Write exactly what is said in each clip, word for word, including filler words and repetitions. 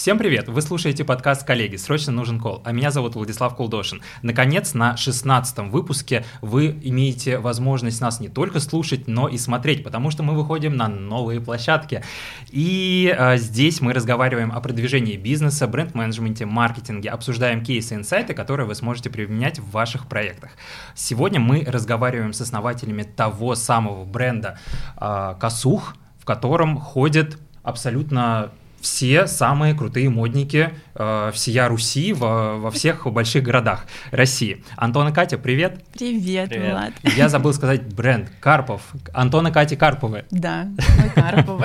Всем привет! Вы слушаете подкаст «Коллеги. Срочно нужен колл», а меня зовут Владислав Кулдошин. Наконец, на шестнадцатом выпуске вы имеете возможность нас не только слушать, но и смотреть, потому что мы выходим на новые площадки. И а, здесь мы разговариваем о продвижении бизнеса, бренд-менеджменте, маркетинге, обсуждаем кейсы и инсайты, которые вы сможете применять в ваших проектах. Сегодня мы разговариваем с основателями того самого бренда а, «Косух», в котором ходят абсолютно все самые крутые модники э, всея Руси во, во всех больших городах России. Антон и Катя, привет! Привет, привет, Влад! Я забыл сказать бренд Карпов. Антон и Катя Карповы. Да, мы Карповы.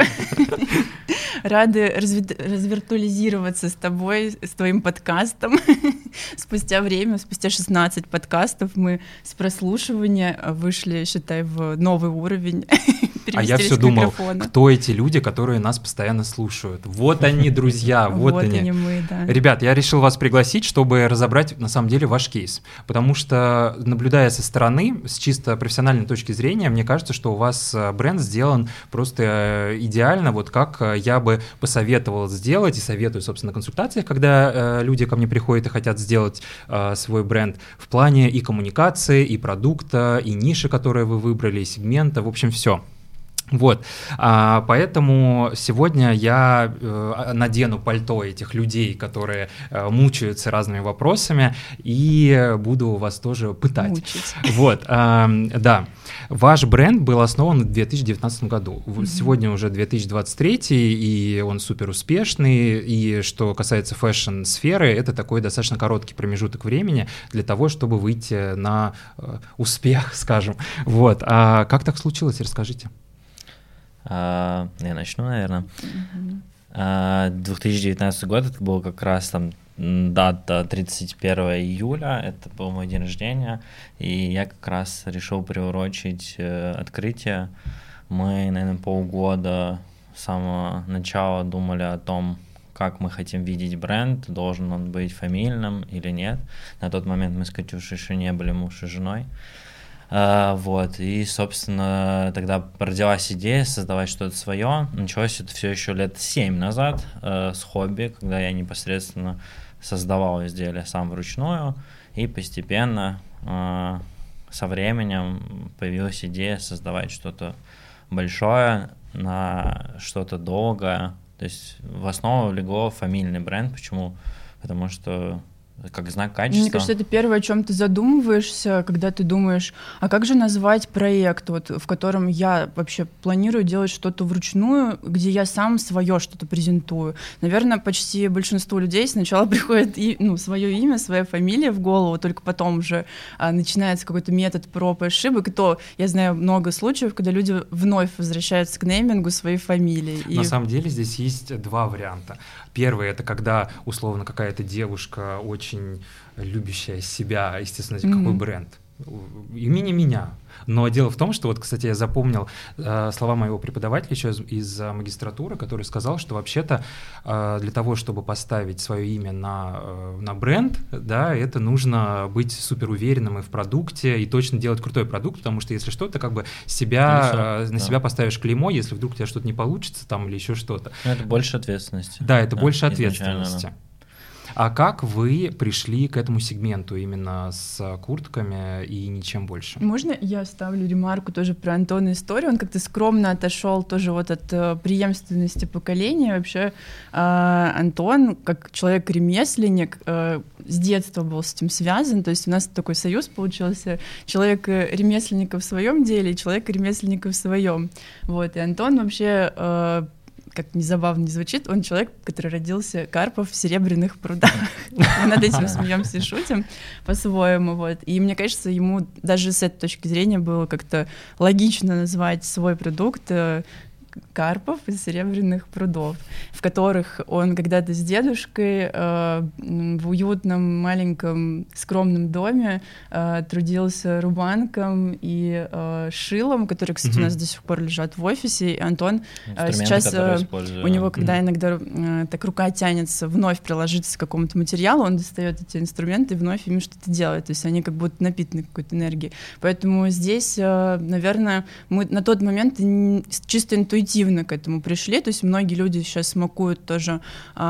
Рады развиртуализироваться с тобой, с твоим подкастом. Спустя время, спустя шестнадцать подкастов мы с прослушивания вышли, считай, в новый уровень. А я все думал, кто эти люди, которые нас постоянно слушают. Вот они, друзья, вот, вот они. они мы, да. Ребят, я решил вас пригласить, чтобы разобрать на самом деле ваш кейс. Потому что, наблюдая со стороны, с чисто профессиональной точки зрения, мне кажется, что у вас бренд сделан просто идеально, вот как я бы посоветовал сделать, и советую, собственно, на консультациях, когда люди ко мне приходят и хотят сделать свой бренд в плане и коммуникации, и продукта, и ниши, которые вы выбрали, и сегмента, в общем, все. Вот, а, поэтому сегодня я э, надену пальто этих людей, которые э, мучаются разными вопросами, и буду вас тоже пытать. Мучить. Вот, а, да. Ваш бренд был основан в две тысячи девятнадцатом году. Mm-hmm. Сегодня уже две тысячи двадцать третий, и он супер успешный. И что касается фэшн-сферы, это такой достаточно короткий промежуток времени для того, чтобы выйти на э, успех, скажем. Вот. А как так случилось? Расскажите. Uh, я начну, наверное. Uh, две тысячи девятнадцатый год, это был как раз там дата тридцать первого июля, это был мой день рождения, и я как раз решил приурочить uh, открытие. Мы, наверное, полгода с самого начала думали о том, как мы хотим видеть бренд, должен он быть фамильным или нет. На тот момент мы с Катюшей еще не были муж и женой. Uh, вот, и, собственно, тогда родилась идея создавать что-то свое. Началось это все еще лет семь назад uh, с хобби, когда я непосредственно создавал изделия сам вручную, и постепенно uh, со временем появилась идея создавать что-то большое, на что-то долгое. То есть в основу легло фамильный бренд. Почему? Потому что как знак качества. Мне кажется, это первое, о чем ты задумываешься, когда ты думаешь, а как же назвать проект, вот, в котором я вообще планирую делать что-то вручную, где я сам свое что-то презентую. Наверное, почти большинству людей сначала приходит и, ну, свое имя, своя фамилия в голову, только потом уже а, начинается какой-то метод проб и ошибок. И то я знаю много случаев, когда люди вновь возвращаются к неймингу своей фамилии. На и... самом деле здесь есть два варианта. Первый — это когда, условно, какая-то девушка очень любящая себя, естественно, mm-hmm. какой бренд. Имени меня. Но дело в том, что вот, кстати, я запомнил э, слова моего преподавателя еще из, из магистратуры, который сказал, что вообще-то э, для того, чтобы поставить свое имя на, э, на бренд, да, это нужно быть суперуверенным и в продукте, и точно делать крутой продукт, потому что если что, ты как бы себя, э, на да. себя поставишь клеймо, если вдруг у тебя что-то не получится там или еще что-то. Но это больше ответственности. Да, это да, больше ответственности. А как вы пришли к этому сегменту именно с куртками и ничем больше? Можно я вставлю ремарку тоже про Антона историю? Он как-то скромно отошел тоже вот от э, преемственности поколения. Вообще э, Антон, как человек-ремесленник, э, с детства был с этим связан. То есть у нас такой союз получился. Человек-ремесленника в своем деле и человек-ремесленника в своем. Вот. И Антон вообще... Э, как ни забавно не звучит, он человек, который родился Карпов в Серебряных прудах. Мы над этим смеемся и шутим по-своему. Вот. И мне кажется, ему даже с этой точки зрения было как-то логично назвать свой продукт Карпов из Серебряных прудов, в которых он когда-то с дедушкой э, в уютном маленьком скромном доме э, трудился рубанком и э, шилом, которые, кстати, mm-hmm. у нас до сих пор лежат в офисе. И Антон э, сейчас э, у него, когда mm-hmm. иногда э, так рука тянется вновь приложиться к какому-то материалу, он достает эти инструменты и вновь ими что-то делает. То есть они как будто напитаны какой-то энергией. Поэтому здесь, э, наверное, мы на тот момент чисто интуитивно интуитивно к этому пришли, то есть многие люди сейчас смакуют тоже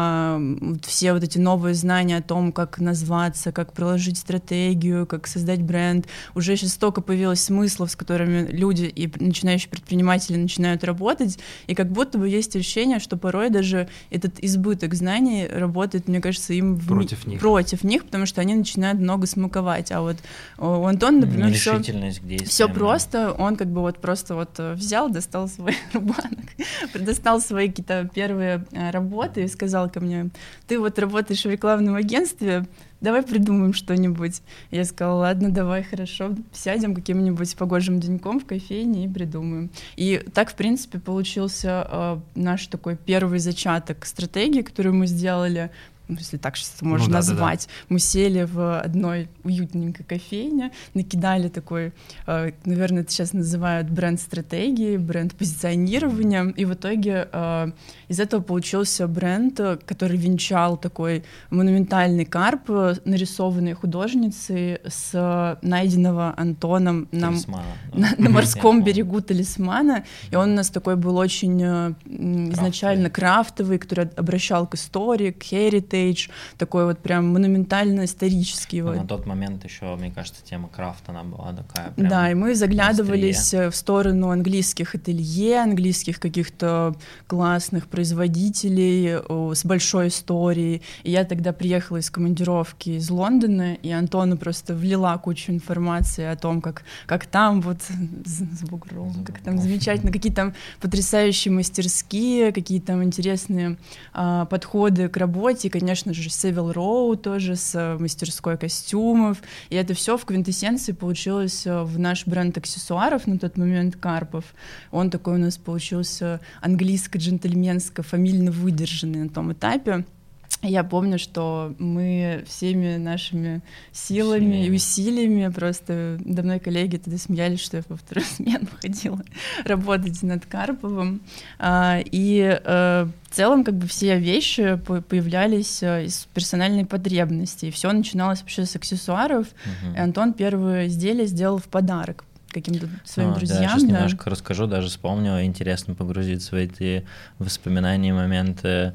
э, все вот эти новые знания о том, как назваться, как проложить стратегию, как создать бренд. Уже сейчас столько появилось смыслов, с которыми люди и начинающие предприниматели начинают работать, и как будто бы есть ощущение, что порой даже этот избыток знаний работает, мне кажется, им против в... них. против них, потому что они начинают много смаковать. А вот у Антона, например, все, все просто, он как бы вот просто вот взял, достал свой рубанок, предостал свои какие-то первые работы и сказал ко мне: ты вот работаешь в рекламном агентстве, давай придумаем что-нибудь. Я сказала: ладно, давай, хорошо, сядем каким-нибудь погожим деньком в кофейне и придумаем. И так, в принципе, получился э, наш такой первый зачаток стратегии, которую мы сделали, если так что можно ну, да, назвать. Да, да. Мы сели в одной уютненькой кофейне, накидали такой, э, наверное, это сейчас называют бренд-стратегией, бренд-позиционированием, и в итоге э, из этого получился бренд, который венчал такой монументальный карп, нарисованный художницей с найденного Антоном на, на, на морском берегу талисмана, и он у нас такой был очень э, изначально крафтовый, который обращал к истории, к heritage, такой вот прям монументально-исторический. Но вот. На тот момент еще, мне кажется, тема крафта она была такая прям. Да, и мы заглядывались острие. В сторону английских ателье, английских каких-то классных производителей с большой историей. И я тогда приехала из командировки из Лондона, и Антону просто влила кучу информации о том, как, как там вот с бугром, за как там замечательно, какие там потрясающие мастерские, какие там интересные а, подходы к работе, конечно же, Savile Row тоже с мастерской костюмов, и это все в квинтэссенции получилось в наш бренд аксессуаров на тот момент Карпов. Он такой у нас получился английско-джентльменско, фамильно выдержанный на том этапе. Я помню, что мы всеми нашими силами и усилиями, просто до мной коллеги тогда смеялись, что я во вторую смену ходила работать над Карповым. И в целом как бы все вещи появлялись из персональной потребности. И все начиналось вообще с аксессуаров. Угу. И Антон первое изделие сделал в подарок каким-то своим а, друзьям. Да, я сейчас да. немножко расскажу, даже вспомнил, интересно погрузиться в эти воспоминания, моменты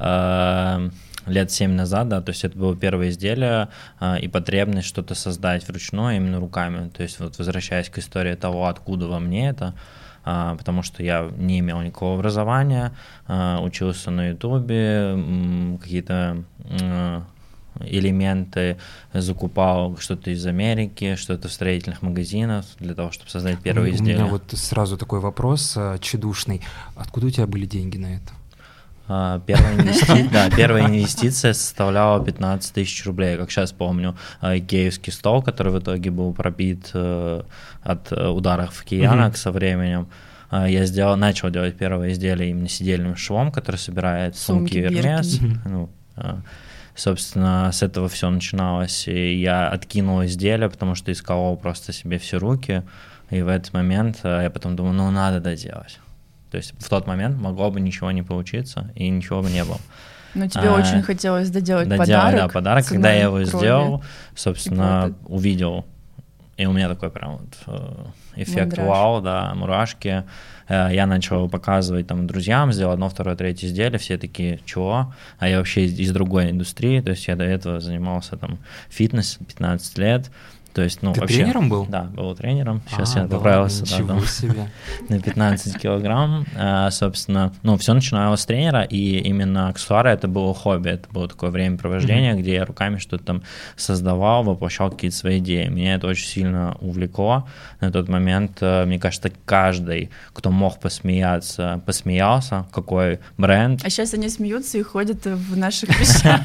э, лет семь назад, да, то есть это было первое изделие э, и потребность что-то создать вручную именно руками, то есть вот возвращаясь к истории того, откуда во мне это, э, потому что я не имел никакого образования, э, учился на ютубе, э, какие-то... Э, элементы, закупал что-то из Америки, что-то в строительных магазинах для того, чтобы создать первые у изделия. У меня вот сразу такой вопрос тщедушный. Откуда у тебя были деньги на это? А, первая, инвести... да, первая инвестиция составляла пятнадцать тысяч рублей, как сейчас помню. Икеевский стол, который в итоге был пробит э, от ударов в киянок mm-hmm. со временем. Я сделал, начал делать первое изделие именно сидельным швом, который собирает сумки Hermes. Mm-hmm. Ну, собственно, с этого все начиналось, и я откинул изделие, потому что искал просто себе все руки, и в этот момент я потом думаю, ну, надо доделать. То есть в тот момент могло бы ничего не получиться, и ничего бы не было. Но тебе а, очень хотелось доделать, доделать подарок. Да, подарок, когда я его крови, сделал, собственно, и увидел, и у меня такой прям вот эффект Мандраж. Вау, да, мурашки. Я начал показывать там друзьям, сделал одно, второе, третье изделие, все такие, чего? А я вообще из, из другой индустрии, то есть я до этого занимался там фитнесом пятнадцать лет. То есть, ну, Ты вообще, тренером был? Да, был тренером. Сейчас а, я поправился да, да, себе. на пятнадцать килограмм. А, собственно, ну, все начиналось с тренера, и именно аксессуары это было хобби, это было такое времяпровождение, mm-hmm. где я руками что-то там создавал, воплощал какие-то свои идеи. Меня это очень сильно увлекло. На тот момент, мне кажется, каждый, кто мог посмеяться, посмеялся, какой бренд. А сейчас они смеются и ходят в наших вещах.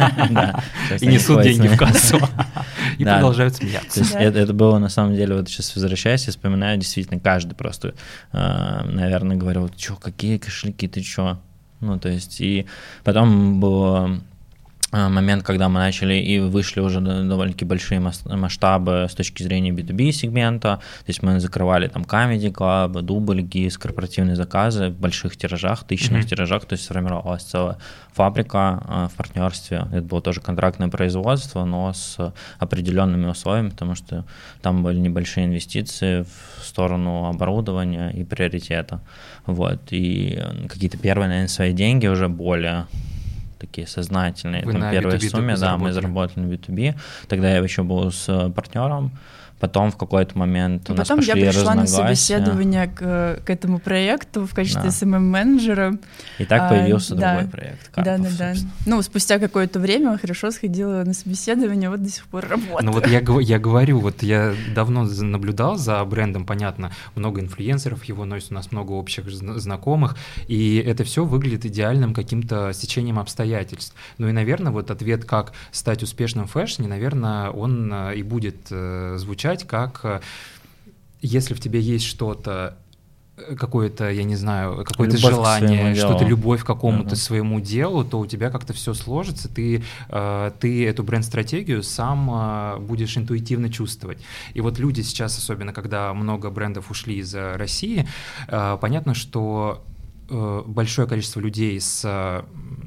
И несут деньги в кассу. И продолжают смеяться. Это, это было на самом деле, вот сейчас возвращаясь, я вспоминаю, действительно, каждый просто, э, наверное, говорил, чё, какие кошельки, ты чё? Ну, то есть, и потом было момент, когда мы начали и вышли уже на довольно-таки большие масштабы с точки зрения би ту би сегмента, то есть мы закрывали там Comedy Club, Дубль, ГИС, корпоративные заказы в больших тиражах, тысячных mm-hmm. тиражах, то есть сформировалась целая фабрика в партнерстве, это было тоже контрактное производство, но с определенными условиями, потому что там были небольшие инвестиции в сторону оборудования и приоритета, вот, и какие-то первые, наверное, свои деньги уже более такие сознательные. Вы там на первой би ту би сумме, да, заработали. мы заработали на би ту би. Тогда я еще был с партнером. Потом в какой-то момент у нас Потом пошли я пришла на разногласия. собеседование к, к этому проекту в качестве Да. эс эм эм-менеджера. И так появился а, другой да. проект. Да, Карпов, да, да. собственно. Ну, спустя какое-то время хорошо сходила на собеседование, вот до сих пор работаю. Ну вот я, гов- я говорю, вот я давно за- наблюдал за брендом, понятно, много инфлюенсеров его носит, у нас много общих зна- знакомых, и это все выглядит идеальным каким-то стечением обстоятельств. Ну и, наверное, вот ответ, как стать успешным в фэшне, наверное, он э, и будет э, звучать как, э, если в тебе есть что-то, какое-то, я не знаю, какое-то Любовь к желание, своему что-то делу. любовь к какому-то Мгм. своему делу, то у тебя как-то все сложится, ты, э, ты эту бренд-стратегию сам э, будешь интуитивно чувствовать. И вот люди сейчас, особенно когда много брендов ушли из э, России, э, понятно, что э, большое количество людей с, э,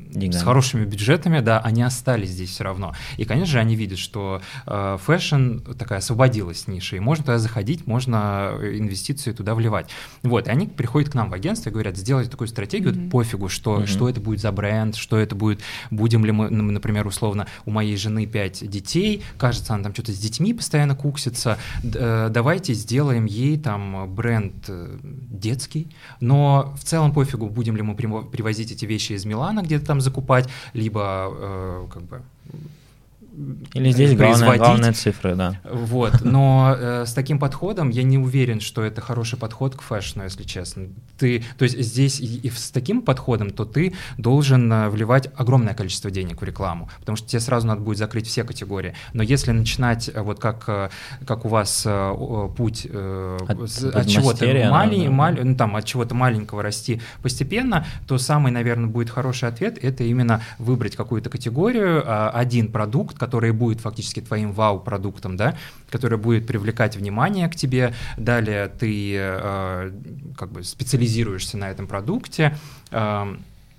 с хорошими бюджетами, да, они остались здесь все равно. И, конечно же, они видят, что э, фэшн такая освободилась ниша, и можно туда заходить, можно инвестиции туда вливать. Вот, и они приходят к нам в агентство и говорят, сделайте такую стратегию, Mm-hmm. пофигу, что, Mm-hmm. что это будет за бренд, что это будет, будем ли мы, ну, например, условно, у моей жены пять детей, кажется, она там что-то с детьми постоянно куксится, д- э, давайте сделаем ей там бренд э, детский, но в целом пофигу, будем ли мы примо- привозить эти вещи из Милана где-то там закупать, либо э, как бы Или здесь главная, главная цифра, да. Вот, но э, с таким подходом я не уверен, что это хороший подход к фэшну, если честно. Ты, то есть здесь и, и с таким подходом, то ты должен э, вливать огромное количество денег в рекламу, потому что тебе сразу надо будет закрыть все категории. Но если начинать э, вот как, э, как у вас э, путь э, От- с- от от чего-то мастерия, малень- да, да. маль- ну, там, от чего-то маленького расти постепенно, то самый, наверное, будет хороший ответ — это именно выбрать какую-то категорию, э, один продукт, который будет фактически твоим вау-продуктом, да, который будет привлекать внимание к тебе. Далее ты э, как бы специализируешься на этом продукте. Э,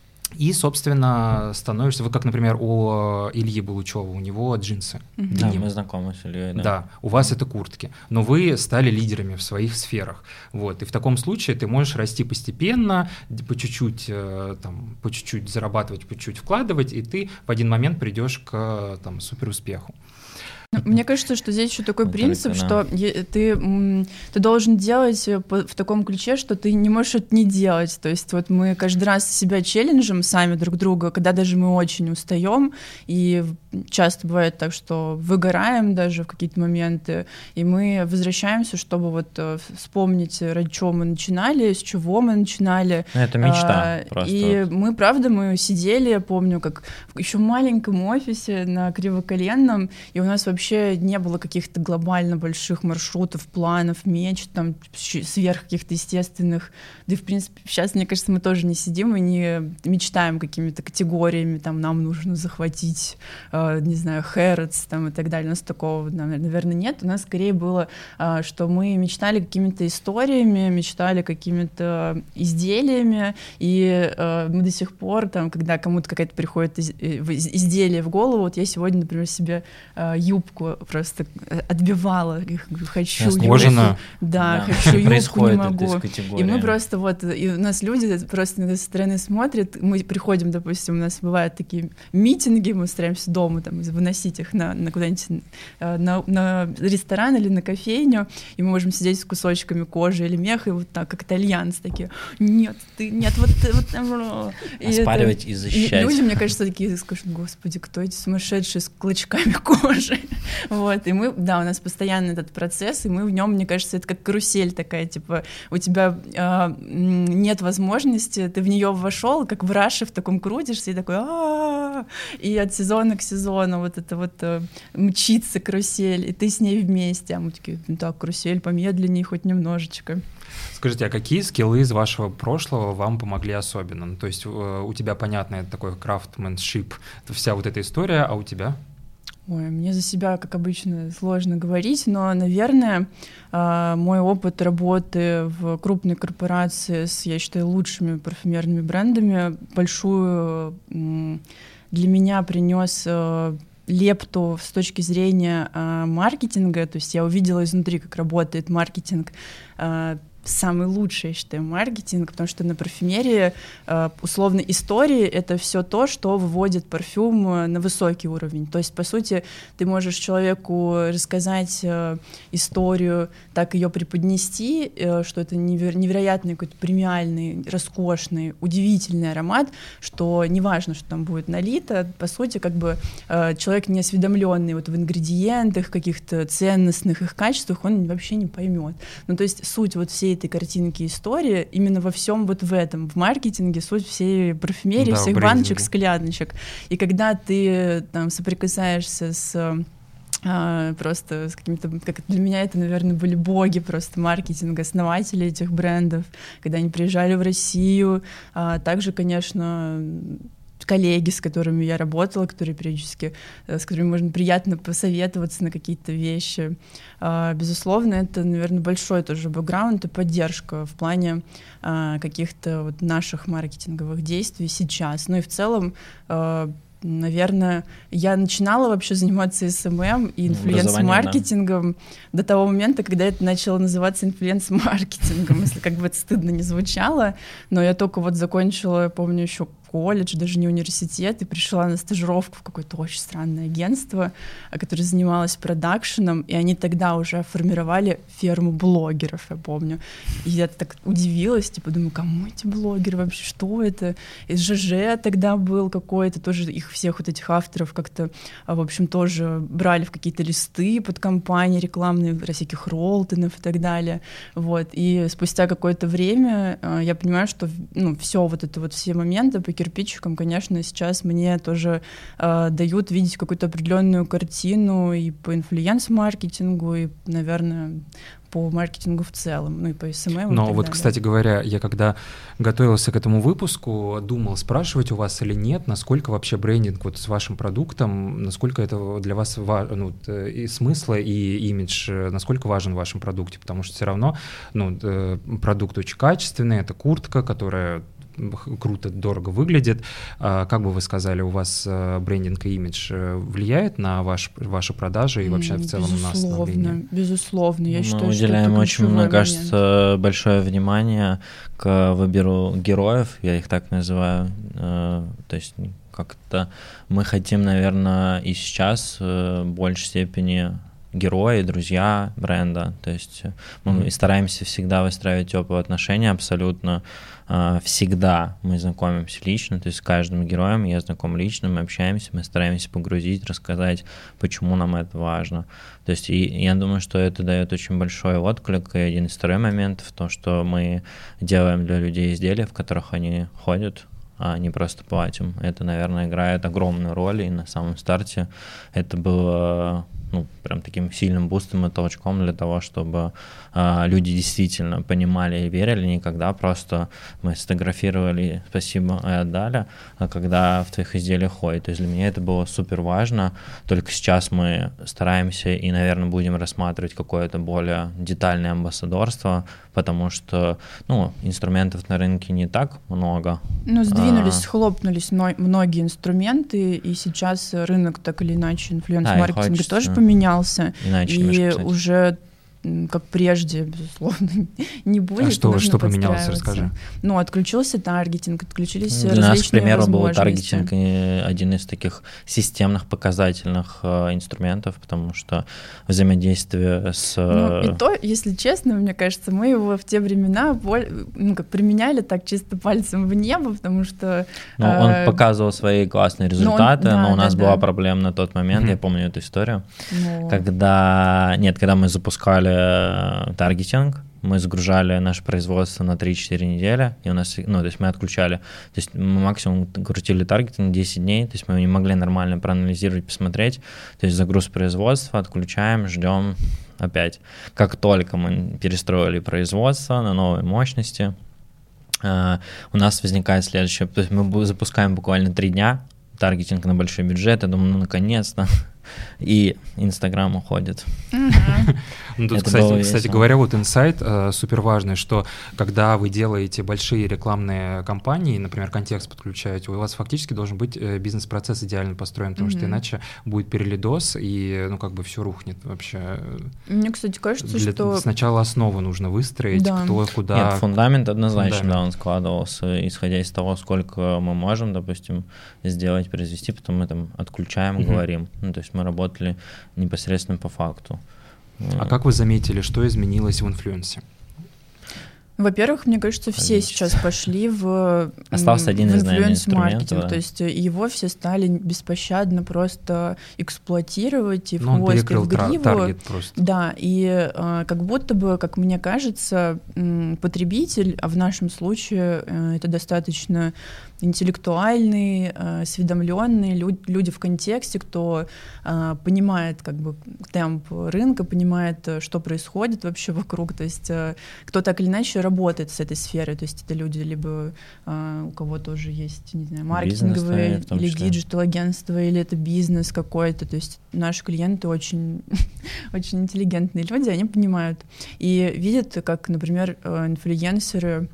и, собственно, становишься... Вот как, например, у Ильи Булычева, у него джинсы. Mm-hmm. Да, Деним. мы знакомы с Ильей, да. Да, у вас это куртки, но вы стали лидерами в своих сферах, вот, и в таком случае ты можешь расти постепенно, по чуть-чуть, э, там, по чуть-чуть зарабатывать, по чуть-чуть вкладывать, и ты в один момент придешь к, там, суперуспеху. Ну, мне кажется, что здесь еще такой Ну, принцип, только, что е- ты, м, ты должен делать по- в таком ключе, что ты не можешь это не делать. То есть вот мы каждый раз себя челленджим сами друг друга, когда даже мы очень устаем, и часто бывает так, что выгораем даже в какие-то моменты, и мы возвращаемся, чтобы вот э, вспомнить, ради чего мы начинали, с чего мы начинали. Ну, это мечта А, просто. И вот. мы, правда, мы сидели, я помню, как в еще маленьком офисе на Кривоколенном, и у нас вообще не было каких-то глобально больших маршрутов, планов, мечт, там, щ- сверх каких-то естественных. Да и, в принципе, сейчас, мне кажется, мы тоже не сидим и не мечтаем какими-то категориями, там, нам нужно захватить, э, не знаю, Хэротс, там, и так далее. У нас такого, наверное, нет. У нас скорее было, э, что мы мечтали какими-то историями, мечтали какими-то изделиями, и э, мы до сих пор, там, когда кому-то какая-то приходит из- э, в- из- изделие в голову, вот я сегодня, например, себе э, юбку просто отбивала, и говорю, хочу Нас юбку, кожаную? да, Да. хочу юбку, не Происходит это могу. из И категории. мы просто вот, и у нас люди просто иногда со стороны смотрят, мы приходим, допустим, у нас бывают такие митинги, мы стараемся дома там выносить их на, на куда-нибудь э, на, на ресторан или на кофейню, и мы можем сидеть с кусочками кожи или меха, и вот так, как итальянцы такие, нет, ты, нет, вот, вот там, и Оспаривать это- и защищать. Люди, мне кажется, такие скажут, господи, кто эти сумасшедшие с клочками кожи? Вот, и мы, да, у нас постоянно этот процесс, и мы в нем, мне кажется, это как карусель такая, типа, у тебя э, нет возможности, ты в нее вошел, как в Раше в таком крутишься, и такой, а и от сезона к сезону вот это вот э, мчится карусель, и ты с ней вместе, а мы такие, ну так, карусель, помедленнее хоть немножечко. Скажите, а какие скиллы из вашего прошлого вам помогли особенно? Ну, то есть у тебя, понятно, это такой крафтменшип, вся вот эта история, а у тебя? Ой, мне за себя, как обычно, сложно говорить, но, наверное, мой опыт работы в крупной корпорации с, я считаю, лучшими парфюмерными брендами большую для меня принес лепту с точки зрения маркетинга, то есть я увидела изнутри, как работает маркетинг, самый лучший, я считаю, маркетинг, потому что на парфюмерии условно истории — это все то, что выводит парфюм на высокий уровень. То есть, по сути, ты можешь человеку рассказать историю, так ее преподнести, что это невероятный какой-то премиальный, роскошный, удивительный аромат, что неважно, что там будет налито, по сути, как бы человек не осведомленный вот в ингредиентах, каких-то ценностных их качествах, он вообще не поймет. Ну, то есть суть вот всей этой картинки истории именно во всем вот в этом, в маркетинге, суть всей парфюмерии, да, всех баночек, скляночек. И когда ты там соприкасаешься с а, просто с какими-то, как для меня это, наверное, были боги просто маркетинга, основатели этих брендов, когда они приезжали в Россию, а также, конечно, коллеги, с которыми я работала, которые периодически, с которыми можно приятно посоветоваться на какие-то вещи. Безусловно, это, наверное, большой тоже бэкграунд и поддержка в плане каких-то вот наших маркетинговых действий сейчас. Ну и в целом, наверное, я начинала вообще заниматься эс эм эм и инфлюенс-маркетингом, да, до того момента, когда это начало называться инфлюенс-маркетингом, если как бы это стыдно не звучало, но я только вот закончила, я помню, еще колледж, даже не университет, и пришла на стажировку в какое-то очень странное агентство, которое занималось продакшеном, и они тогда уже формировали ферму блогеров, я помню. И я так удивилась, типа, думаю, кому эти блогеры вообще, что это? Из ЖЖ тогда был какой-то, тоже их всех вот этих авторов как-то, в общем, тоже брали в какие-то листы под компании рекламные, всяких Ролтонов и так далее. Вот. И спустя какое-то время я понимаю, что, ну, все вот это вот, все моменты по кирпичикам, конечно, сейчас мне тоже э, дают видеть какую-то определенную картину и по инфлюенс-маркетингу, и, наверное, по маркетингу в целом, ну и по эс эм эм. Но вот, далее. Кстати говоря, я когда готовился к этому выпуску, думал, спрашивать у вас или нет, насколько вообще брендинг вот с вашим продуктом, насколько это для вас ну, и смысл, и имидж, насколько важен в вашем продукте, потому что все равно ну, продукт очень качественный, это куртка, которая круто, дорого выглядит. Как бы вы сказали, у вас брендинг и имидж влияет на ваш, ваши продажи и вообще в целом безусловно, на становление? Безусловно, я Мы считаю, уделяем что это очень, мне момент. кажется, большое внимание к выбору героев, я их так называю. То есть как-то мы хотим, наверное, и сейчас в большей степени герои, друзья бренда, то есть мы mm-hmm. стараемся всегда выстраивать теплые отношения абсолютно э, всегда мы знакомимся лично, то есть с каждым героем я знаком лично, мы общаемся, мы стараемся погрузить, рассказать, почему нам это важно, то есть и я думаю, что это дает очень большой отклик, и один из второй моментов, то, что мы делаем для людей изделия, в которых они ходят, а не просто платим, это, наверное, играет огромную роль, и на самом старте это было ну, прям таким сильным бустом и толчком для того, чтобы э, люди действительно понимали и верили, не когда просто мы сфотографировали, спасибо, и отдали, а когда в твоих изделиях ходит. То есть для меня это было супер важно, только сейчас мы стараемся и, наверное, будем рассматривать какое-то более детальное амбассадорство, потому что, ну, инструментов на рынке не так много. Ну, сдвинулись, а... схлопнулись многие инструменты, и сейчас рынок так или иначе инфлюенс-маркетинга да, тоже поменялся, иначе и немножко, уже как прежде, безусловно, не будет. А что, что поменялось, расскажи. Ну, отключился таргетинг, отключились Для различные нас, к примеру, был возможности. таргетинг один из таких системных показательных э, инструментов, потому что взаимодействие с... Ну, и то, если честно, мне кажется, мы его в те времена ну, как применяли так чисто пальцем в небо, потому что... Ну, он э... показывал свои классные результаты, но, он, да, но у нас да, была да. проблема на тот момент, mm-hmm. я помню эту историю, но... когда... Нет, когда мы запускали таргетинг, мы загружали наше производство на три-четыре недели, и у нас, ну, то есть мы отключали, то есть мы максимум крутили таргетинг десять дней, то есть мы не могли нормально проанализировать, посмотреть, то есть загруз производства, отключаем, ждем опять. Как только мы перестроили производство на новые мощности, э, у нас возникает следующее, то есть мы запускаем буквально три дня, таргетинг на большой бюджет, я думаю, ну, наконец-то, и Инстаграм уходит. Mm-hmm. Ну, тут, кстати, кстати говоря, вот инсайт э, супер важный, что когда вы делаете большие рекламные кампании, например, контекст подключаете, у вас фактически должен быть э, бизнес-процесс идеально построен, потому mm-hmm. что иначе будет перелидос, и, ну, как бы все рухнет вообще. Мне, кстати, кажется, Для, что... Сначала основу нужно выстроить, да. кто, куда... Нет, фундамент однозначно, фундамент. Да, он складывался, исходя из того, сколько мы можем, допустим, сделать, произвести, потом мы там отключаем, mm-hmm. говорим. Ну, то есть мы работали непосредственно по факту. А как вы заметили, что изменилось в инфлюенсе? Во-первых, мне кажется, все Конечно. сейчас пошли в, Остался один в из, наверное, инфлюенс-маркетинг, да. то есть его все стали беспощадно просто эксплуатировать и в Но хвост, и в гриву. Таргет просто. Да, и э, как будто бы, как мне кажется, потребитель, а в нашем случае э, это достаточно интеллектуальные, э, осведомленные люд, люди в контексте, кто э, понимает как бы темп рынка, понимает, что происходит вообще вокруг, то есть э, кто так или иначе работает с этой сферой, то есть это люди либо э, у кого тоже есть, не знаю, маркетинговые бизнес, или диджитал-агентство, или это бизнес какой-то, то есть наши клиенты очень, очень интеллигентные люди, они понимают и видят, как, например, инфлюенсеры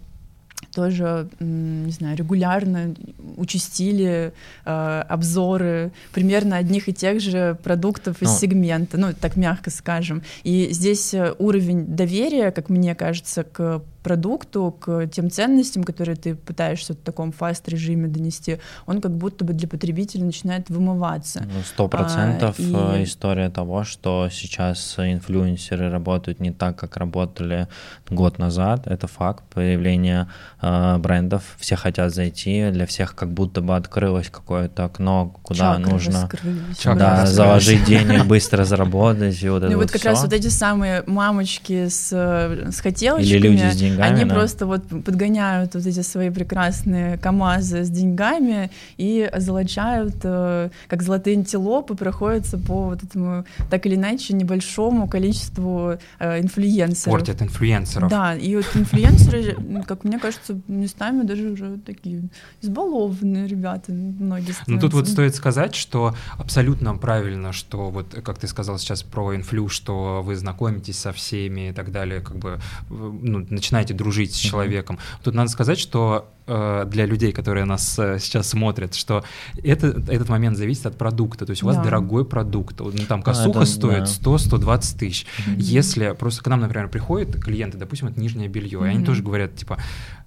тоже, не знаю, регулярно участили э, обзоры примерно одних и тех же продуктов из ну, сегмента, ну, так мягко скажем. И здесь уровень доверия, как мне кажется, к продукту, к тем ценностям, которые ты пытаешься в таком фаст-режиме донести, он как будто бы для потребителя начинает вымываться. Сто процентов а, и... история того, что сейчас инфлюенсеры работают не так, как работали год назад, это факт. Появление э, брендов, все хотят зайти, для всех как будто бы открылось какое-то окно, куда Чакры нужно да, заложить денег, быстро заработать. И вот ну это вот вот как все. раз вот эти самые мамочки с, с хотелочками, или люди с деньгами, они да. просто вот подгоняют вот эти свои прекрасные КАМАЗы с деньгами и озолочают, как золотые антилопы, проходятся по вот этому, так или иначе, небольшому количеству инфлюенсеров. Портят инфлюенсеров. Да, и вот инфлюенсеры, как мне кажется, местами даже уже такие избалованные ребята, многие становятся. Ну тут вот стоит сказать, что абсолютно правильно, что вот, как ты сказал сейчас про инфлю, что вы знакомитесь со всеми и так далее, как бы, ну, начинаете дружить с человеком. Mm-hmm. Тут надо сказать, что э, для людей, которые нас э, сейчас смотрят, что это, этот момент зависит от продукта. То есть у вас да. дорогой продукт. Ну, там косуха а, стоит да. сто - сто двадцать тысяч. Mm-hmm. Если просто к нам, например, приходят клиенты, допустим, это нижнее белье, mm-hmm. и они тоже говорят, типа,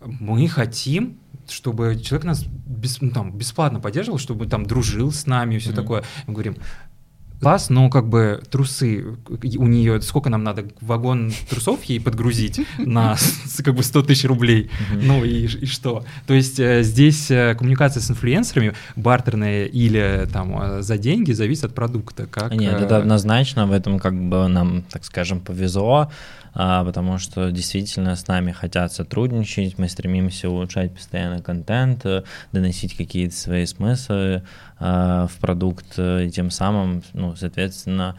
мы хотим, чтобы человек нас бес, ну, там, бесплатно поддерживал, чтобы там дружил с нами и все mm-hmm. такое. Мы говорим, класс, но как бы трусы, у нее сколько нам надо, вагон трусов ей подгрузить на как бы сто тысяч рублей, mm-hmm. ну и, и что? То есть э, здесь э, коммуникация с инфлюенсерами, бартерная или там за деньги, зависит от продукта. Как, Нет, э... это однозначно, в этом как бы нам, так скажем, повезло, а, потому что действительно с нами хотят сотрудничать, мы стремимся улучшать постоянно контент, доносить какие-то свои смыслы а, в продукт, и тем самым, ну, соответственно,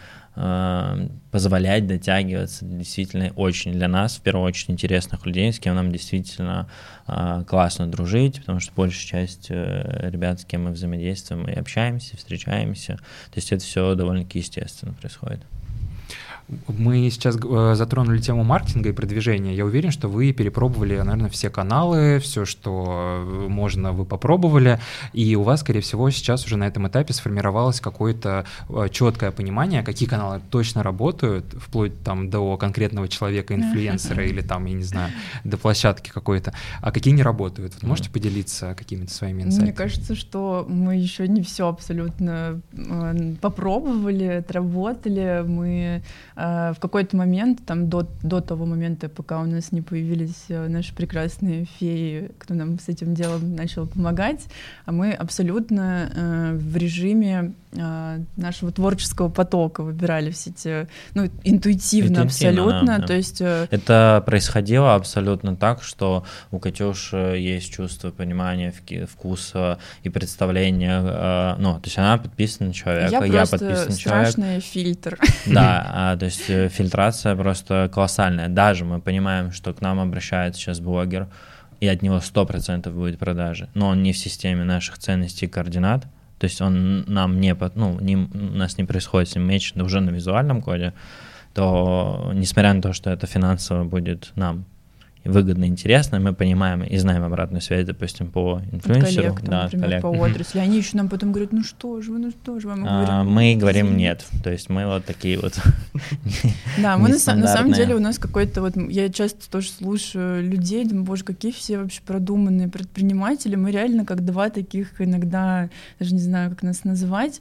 а, позволять дотягиваться действительно очень для нас, в первую очередь, интересных людей, с кем нам действительно а, классно дружить, потому что большая часть ребят, с кем мы взаимодействуем, мы общаемся, встречаемся, то есть это все довольно-таки естественно происходит. Мы сейчас э, затронули тему маркетинга и продвижения. Я уверен, что вы перепробовали, наверное, все каналы, все, что можно, вы попробовали, и у вас, скорее всего, сейчас уже на этом этапе сформировалось какое-то э, четкое понимание, какие каналы точно работают, вплоть там до конкретного человека, инфлюенсера или там, я не знаю, до площадки какой-то, а какие не работают. Вот можете поделиться какими-то своими инсайтами? Мне кажется, что мы еще не все абсолютно э, попробовали, отработали. Мы э, в какой-то момент, там до, до того момента, пока у нас не появились э, наши прекрасные феи, кто нам с этим делом начал помогать, а мы абсолютно э, в режиме э, нашего творческого потока выбирали все эти, ну, интуитивно, интуитивно абсолютно. Да, да. То есть, э, это происходило абсолютно так, что у Катюши есть чувство, понимание, вкуса и представления. Э, ну, то есть она подписана на человека, я, я подписан на человека. Страшный фильтр. Да, то есть фильтрация просто колоссальная. Даже мы понимаем, что к нам обращается сейчас блогер, и от него сто процентов будет продажи, но он не в системе наших ценностей и координат, то есть он нам не, ну, не, у нас не происходит с ним меч уже на визуальном коде, то несмотря на то, что это финансово будет нам выгодно, интересно, мы понимаем и знаем обратную связь, допустим, по инфлюенсеру, коллег, там, да, например, коллег. по отрасли. Они еще нам потом говорят, ну что же вы, ну что же вы, мы а, говорим, мы говорим нет, то есть мы вот такие вот. Да, мы на, на самом деле у нас какой-то вот, я часто тоже слушаю людей, думаю, боже, какие все вообще продуманные предприниматели, мы реально как два таких иногда, даже не знаю, как нас называть,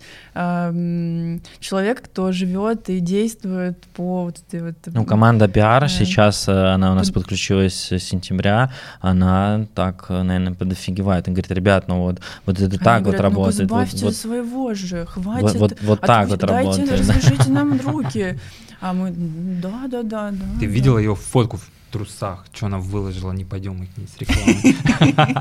человек, кто живет и действует по вот этой вот... Ну, команда пиар сейчас, она у нас подключилась с сентября, она так, наверное, подофигевает. Он говорит, ребят, ну вот, вот это Они так говорят, вот работает. Ну, избавьте вот, своего же, хватит. Вот, вот, вот так вот дайте, работает. Дайте, развяжите нам руки. А мы, да-да-да. Ты да. видела ее фотку в трусах? Что она выложила? Не пойдем мы к ней с рекламой.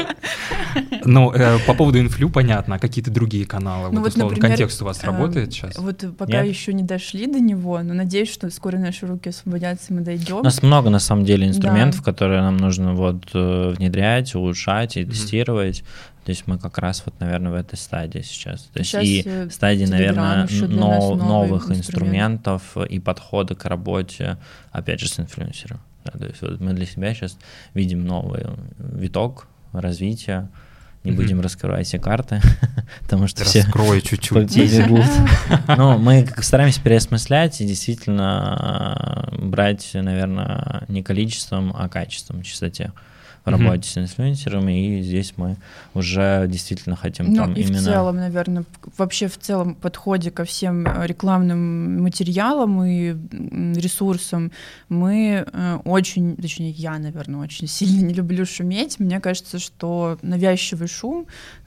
Ну, по поводу инфлю понятно, а какие-то другие каналы? Вот, условно, контекст у вас работает сейчас? Вот пока еще не дошли до него, но надеюсь, что скоро наши руки освободятся, и мы дойдем. У нас много, на самом деле, инструментов, которые нам нужно вот внедрять, улучшать и тестировать. То есть мы как раз вот, наверное, в этой стадии сейчас. То есть и стадии, наверное, но, новых инструментов и подхода к работе, опять же, с инфлюенсером. Да, то есть вот мы для себя сейчас видим новый виток развития. Не mm-hmm. будем раскрывать все карты, потому что все раскрой чуть-чуть. Побегут. Но мы стараемся переосмыслять и действительно брать, наверное, не количеством, а качеством, чистоте в работе mm-hmm. с инфлюенсерами, и здесь мы уже действительно хотим ну, там и именно... в целом, наверное, вообще в целом подходе ко всем рекламным материалам и ресурсам мы очень, точнее, я, наверное, очень сильно не люблю шуметь. Мне кажется, что навязчивый шум,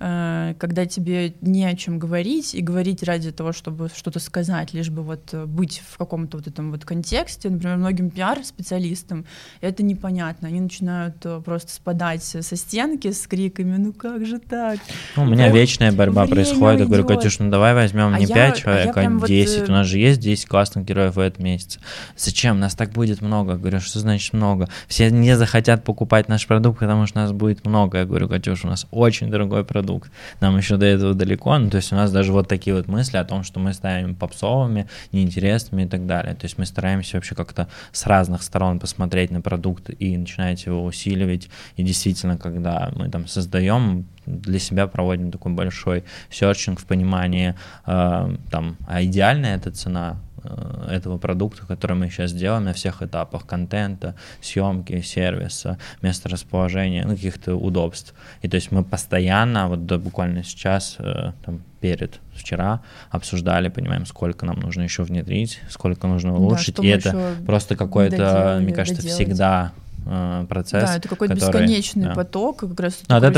когда тебе не о чем говорить, и говорить ради того, чтобы что-то сказать, лишь бы вот быть в каком-то вот этом вот контексте, например, многим пиар-специалистам это непонятно. Они начинают просто спадать со стенки с криками, ну как же так? Ну, у меня Ох, вечная борьба происходит. Я говорю, Катюш, ну давай возьмем а не пять человек, а, а десять. Вот... У нас же есть десять классных героев в этом месяце. Зачем? Нас так будет много. Я говорю, что значит много? Все не захотят покупать наш продукт, потому что нас будет много. Я говорю, Катюш, у нас очень дорогой продукт. Нам еще до этого далеко. Ну, то есть у нас даже вот такие вот мысли о том, что мы ставим попсовыми, неинтересными и так далее. То есть мы стараемся вообще как-то с разных сторон посмотреть на продукт и начинать его усиливать. И действительно, когда мы там создаем, для себя проводим такой большой серчинг в понимании, э, там, а идеальная эта цена э, этого продукта, который мы сейчас делаем на всех этапах контента, съемки, сервиса, места расположения, ну, каких-то удобств. И то есть мы постоянно, вот да, буквально сейчас, э, там, перед вчера обсуждали, понимаем, сколько нам нужно еще внедрить, сколько нужно улучшить. Да, и это просто какой-то, мне кажется, доделать. Всегда процесс. Да, это какой-то который, бесконечный да. поток, как раз от этого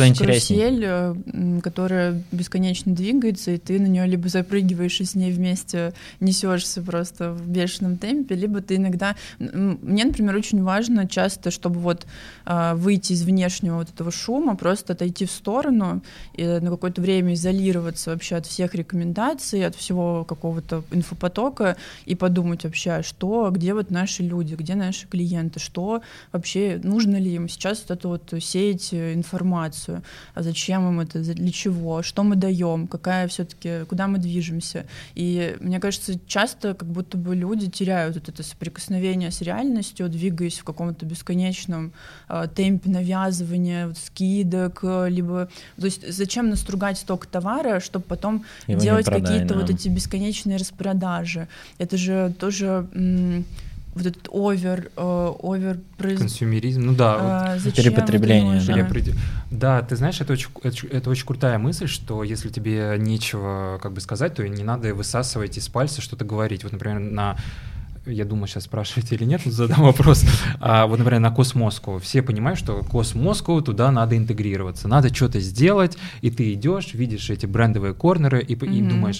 карусель, которая бесконечно двигается, и ты на нее либо запрыгиваешь и с ней вместе несешься просто в бешеном темпе, либо ты иногда... Мне, например, очень важно часто, чтобы вот выйти из внешнего вот этого шума, просто отойти в сторону и на какое-то время изолироваться вообще от всех рекомендаций, от всего какого-то инфопотока и подумать вообще, что, где вот наши люди, где наши клиенты, что вообще вообще нужно ли им сейчас вот это вот сеять информацию, а зачем им это, для чего, что мы даем, какая все-таки, куда мы движемся. И мне кажется, часто как будто бы люди теряют вот это соприкосновение с реальностью, двигаясь в каком-то бесконечном э, темпе навязывания вот, скидок, либо, то есть зачем настругать сток товара, чтобы потом его делать какие-то вот эти бесконечные распродажи. Это же тоже м- вот этот овер, э, овер произ... консюмеризм, ну да, э, перепотребление. Да. Перепред... да, ты знаешь, это очень, это, это очень крутая мысль, что если тебе нечего как бы сказать, то не надо высасывать из пальца что-то говорить. Вот, например, на я думаю, сейчас спрашиваете или нет, но задам вопрос. А, вот, например, на Космоску. Все понимают, что Космоску туда надо интегрироваться. Надо что-то сделать, и ты идешь, видишь эти брендовые корнеры и, mm-hmm. и думаешь,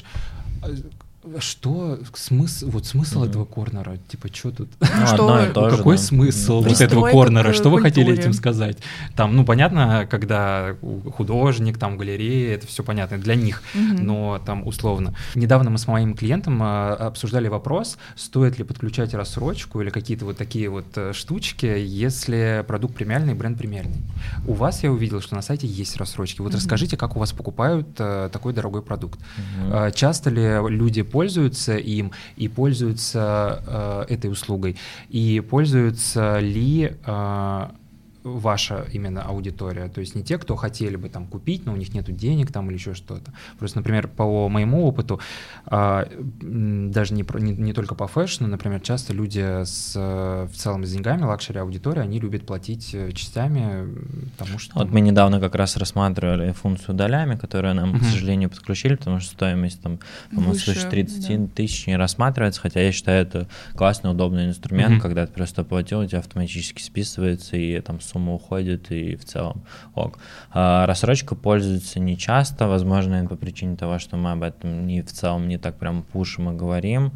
что смысл, вот смысл mm-hmm. этого корнера, типа, что тут, ну, что, тоже, какой да. смысл вот этого корнера, что вы хотели этим сказать? Там, ну, понятно, когда художник, там, галерея, это все понятно для них, mm-hmm. но там условно. Недавно мы с моим клиентом а, обсуждали вопрос, стоит ли подключать рассрочку или какие-то вот такие вот штучки, если продукт премиальный, бренд премиальный. У вас я увидел, что на сайте есть рассрочки. Вот mm-hmm. расскажите, как у вас покупают а, такой дорогой продукт. Mm-hmm. А, часто ли люди пользуются им и пользуются э, этой услугой, и пользуются ли э, ваша именно аудитория, то есть не те, кто хотели бы там купить, но у них нету денег там или еще что-то. Просто, например, по моему опыту, э, даже не, не, не только по фэшну, например, часто люди с, в целом с деньгами, лакшери аудитория, они любят платить частями, потому что... Вот мы недавно как раз рассматривали функцию долями, которую нам, mm-hmm. к сожалению, подключили, потому что стоимость там, по-моему, свыше тридцать да. тысяч не рассматривается, хотя я считаю, это классный, удобный инструмент, mm-hmm. когда ты просто оплатил, у тебя автоматически списывается, и там сумма уходит, и в целом ок. А рассрочка пользуется не часто, возможно, по причине того, что мы об этом не в целом не так прям пушим и говорим.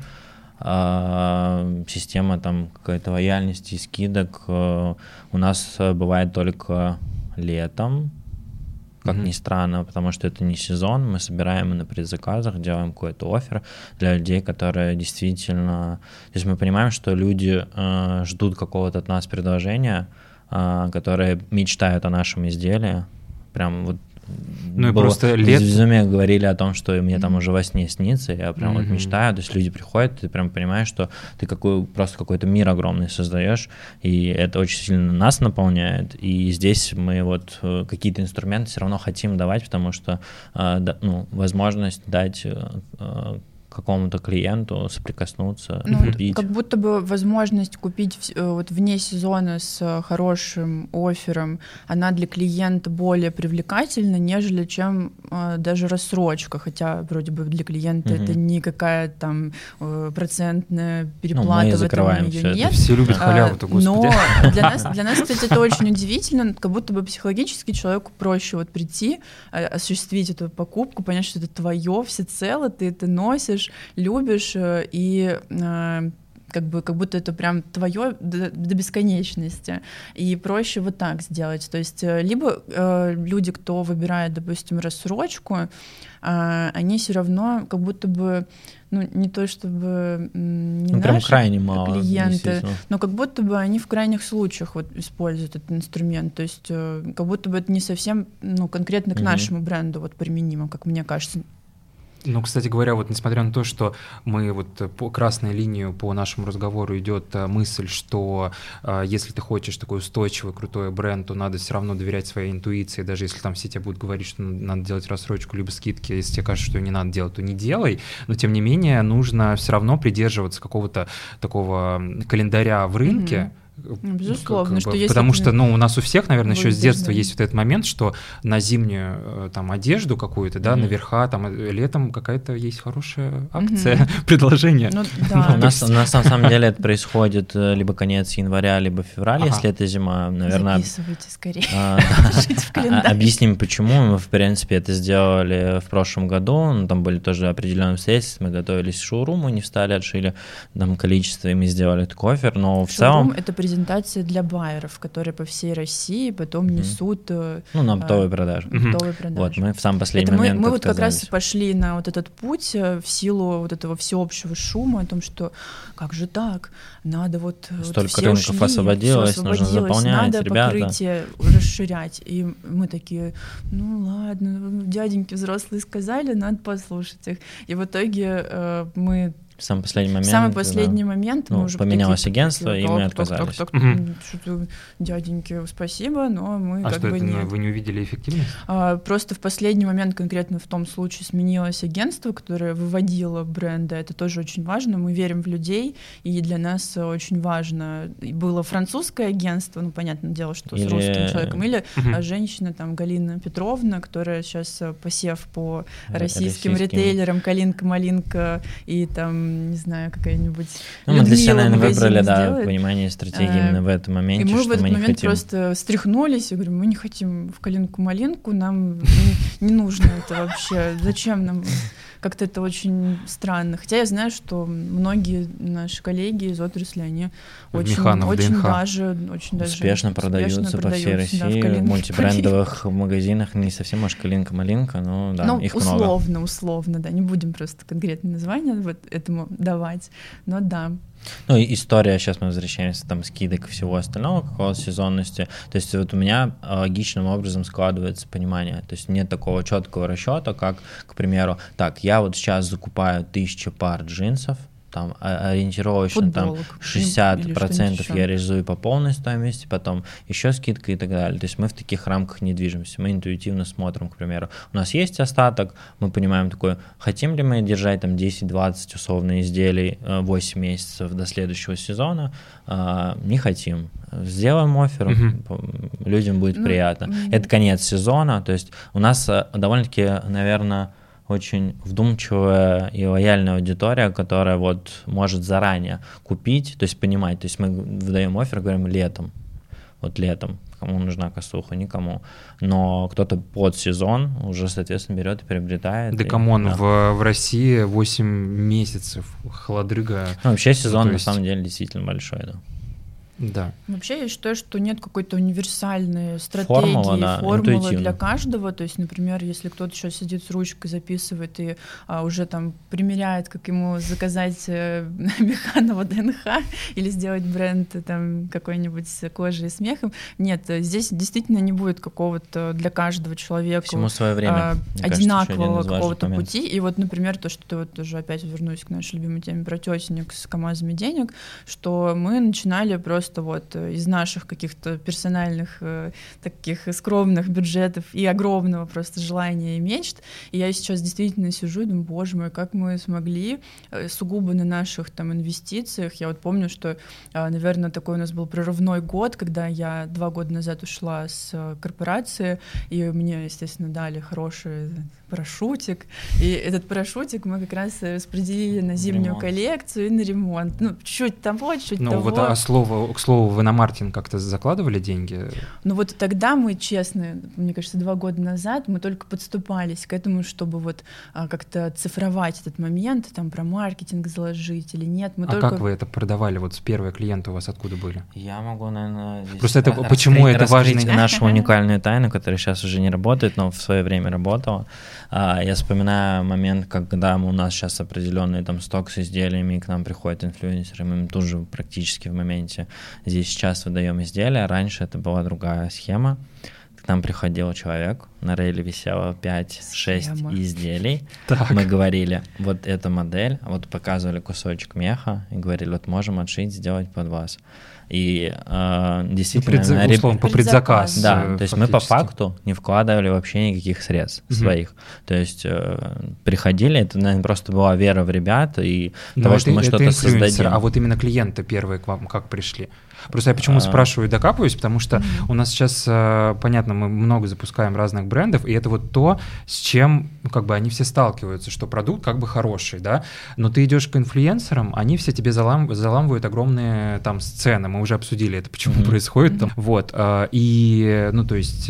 А, система там какой-то лояльности и скидок а, у нас бывает только летом, как mm-hmm. ни странно, потому что это не сезон, мы собираем на предзаказах, делаем какой-то оффер для людей, которые действительно... То есть мы понимаем, что люди э, ждут какого-то от нас предложения, э, которые мечтают о нашем изделии, прям вот ну и просто лет... в безумии говорили о том, что мне там уже во сне снится, я прям mm-hmm. вот мечтаю, то есть люди приходят, ты прям понимаешь, что ты какой, просто какой-то мир огромный создаешь, и это очень сильно нас наполняет, и здесь мы вот какие-то инструменты все равно хотим давать, потому что ну, возможность дать какому-то клиенту соприкоснуться, ну, купить. Как будто бы возможность купить вот вне сезона с хорошим оффером, она для клиента более привлекательна, нежели чем э, даже рассрочка, хотя вроде бы для клиента mm-hmm. это никакая там э, процентная переплата, ну, в этом ее нет. Все любят халяву-то, господи. Но для нас, для нас, кстати, это очень удивительно, как будто бы психологически человеку проще вот прийти, осуществить эту покупку, понять, что это твое всецело, ты это носишь, любишь, и э, как бы как будто это прям твое до, до бесконечности. И проще вот так сделать. То есть либо э, люди, кто выбирает, допустим, рассрочку, э, они все равно как будто бы ну, не то чтобы не ну, наши прям крайне мало, клиенты, но как будто бы они в крайних случаях вот используют этот инструмент. То есть э, как будто бы это не совсем ну, конкретно к mm-hmm. нашему бренду вот применимо, как мне кажется. Ну, кстати говоря, вот несмотря на то, что мы вот по красной линии по нашему разговору идет мысль, что э, если ты хочешь такой устойчивый, крутой бренд, то надо все равно доверять своей интуиции, даже если там все тебе будут говорить, что надо делать рассрочку либо скидки, если тебе кажется, что не надо делать, то не делай, но тем не менее нужно все равно придерживаться какого-то такого календаря в рынке, mm-hmm. Безусловно, как, что как, есть потому что, ну, у нас у всех, наверное, еще с детства да. есть вот этот момент, что на зимнюю там одежду какую-то, да, mm-hmm. на верха, там летом какая-то есть хорошая акция, mm-hmm. предложение. Ну, да. у, нас, у нас на самом деле это происходит либо конец января, либо февраля, ага. если это зима, наверное. Записывайте скорее. А, да. Объясним, почему. Мы, в принципе, это сделали в прошлом году, ну, там были тоже определенные обстоятельства, мы готовились к шоуруму, не встали, отшили там количество, и мы сделали этот оффер, но в Шоурум целом... это презентация для байеров, которые по всей России потом mm-hmm. несут... Ну, на оптовые а, продажи. Оптовые mm-hmm. продажи. Вот, мы в самый последний Это момент Мы, мы вот как раз пошли на вот этот путь в силу вот этого всеобщего шума о том, что как же так, надо вот... Столько вот все рынков ушли, освободилось, все нужно заполнять, надо ребята. покрытие расширять. И мы такие, ну ладно, дяденьки взрослые сказали, надо послушать их. И в итоге э, мы... В самый последний момент. В самый последний да. момент ну, мы уже поменялось такие, агентство, такие, и так, мы так, отказались. Так, так, так, угу. Что-то, дяденьки, спасибо, но мы а как что бы это, нет. Вы не увидели эффективность? А, просто в последний момент, конкретно в том случае, сменилось агентство, которое выводило бренды. Это тоже очень важно. Мы верим в людей, и для нас очень важно. Было французское агентство, ну, понятное дело, что или... с русским человеком, или угу. женщина, там, Галина Петровна, которая сейчас посев по российским, российским. ритейлерам, Калинка-Малинка и там, не знаю, какая нибудь ну, мы для себя, наверное, выбрали, сделает. да, понимание стратегии а, именно в этом моменте, и мы что в этот мы не момент хотим. просто стряхнулись и говорим, мы не хотим в Калинку-Малинку, нам не, не нужно это вообще, зачем нам? Как-то это очень странно. Хотя я знаю, что многие наши коллеги из отрасли, они очень, Механов, очень даже, очень даже успешно продаются, успешно по всей России, да, в, в мультибрендовых магазинах, не совсем, может, Калинка-Малинка, но да, ну, их условно, много. Условно, условно, да, не будем просто конкретное название вот этому давать, но да. Ну и история, сейчас мы возвращаемся, там, скидок и всего остального, какого сезонности. То есть вот у меня логичным образом складывается понимание. То есть нет такого четкого расчета, как, к примеру, так, я вот сейчас закупаю тысячу пар джинсов, там ориентировочно футболок, там шестьдесят процентов я реализую по полной стоимости, потом еще скидка и так далее. То есть мы в таких рамках не движемся, мы интуитивно смотрим, к примеру. У нас есть остаток, мы понимаем такое, хотим ли мы держать там десять-двадцать условно изделий восемь месяцев до следующего сезона, не хотим. Сделаем оффер, uh-huh. людям будет ну, приятно. Uh-huh. Это конец сезона, то есть у нас довольно-таки, наверное, очень вдумчивая и лояльная аудитория, которая вот может заранее купить, то есть понимать, то есть мы выдаем оффер, говорим летом, вот летом, кому нужна косуха, никому, но кто-то под сезон уже, соответственно, берет и приобретает. Да камон, да. в, в России восемь месяцев, холодрыга. Ну, вообще сезон ну, на есть... самом деле действительно большой, да. Да. Вообще я считаю, что нет какой-то универсальной стратегии, формула, да, формулы для каждого. То есть, например, если кто-то сейчас сидит с ручкой, записывает и а, уже там примеряет, как ему заказать э, Механова ДНХ или сделать бренд там какой-нибудь с кожей и смехом. Нет, здесь действительно не будет какого-то для каждого человека всему свое время, а, одинакового кажется, какого-то пути. И вот, например, то, что ты вот уже опять вернусь к нашей любимой теме про тетенек с КамАЗами денег, что мы начинали просто вот из наших каких-то персональных э, таких скромных бюджетов и огромного просто желания и мечт. И я сейчас действительно сижу и думаю, боже мой, как мы смогли э, сугубо на наших там инвестициях. Я вот помню, что, э, наверное, такой у нас был прорывной год, когда я два года назад ушла с э, корпорации, и мне, естественно, дали хороший парашютик. И этот парашютик мы как раз распределили на зимнюю ремонт. коллекцию и на ремонт. Ну, чуть того, чуть ну, того. Вот, а слово, к слову, вы на Мартин как-то закладывали деньги? Ну вот тогда мы, честно, мне кажется, два года назад мы только подступались к этому, чтобы вот а, как-то цифровать этот момент, там про маркетинг заложить или нет. Мы а только... как вы это продавали? Вот с первые клиенты у вас откуда были? Я могу, наверное, Просто это, почему это важно? Нашу уникальную тайну, которая сейчас уже не работает, но в свое время работала. Я вспоминаю момент, когда у нас сейчас определенный там сток с изделиями, и к нам приходят инфлюенсеры, мы им тоже практически в моменте здесь сейчас выдаем изделия. Раньше это была другая схема. К нам приходил человек, на рейле висело пять-шесть изделий. Так. Мы говорили, вот эта модель, вот показывали кусочек меха и говорили, вот можем отшить, сделать под вас. И э, действительно... Предза... На... Условно, по предзаказ. Да, то есть мы по факту не вкладывали вообще никаких средств угу. своих. То есть э, приходили, это, наверное, просто была вера в ребят и но того, это, что мы что-то создадим. А вот именно клиенты первые к вам как пришли? Просто я почему а... спрашиваю и докапываюсь, потому что mm-hmm. у нас сейчас, понятно, мы много запускаем разных брендов, и это вот то, с чем, ну, как бы они все сталкиваются, что продукт как бы хороший, да, но ты идешь к инфлюенсерам, они все тебе залам, заламывают огромные там сцены, мы уже обсудили это, почему mm-hmm. происходит там, вот, и, ну, то есть,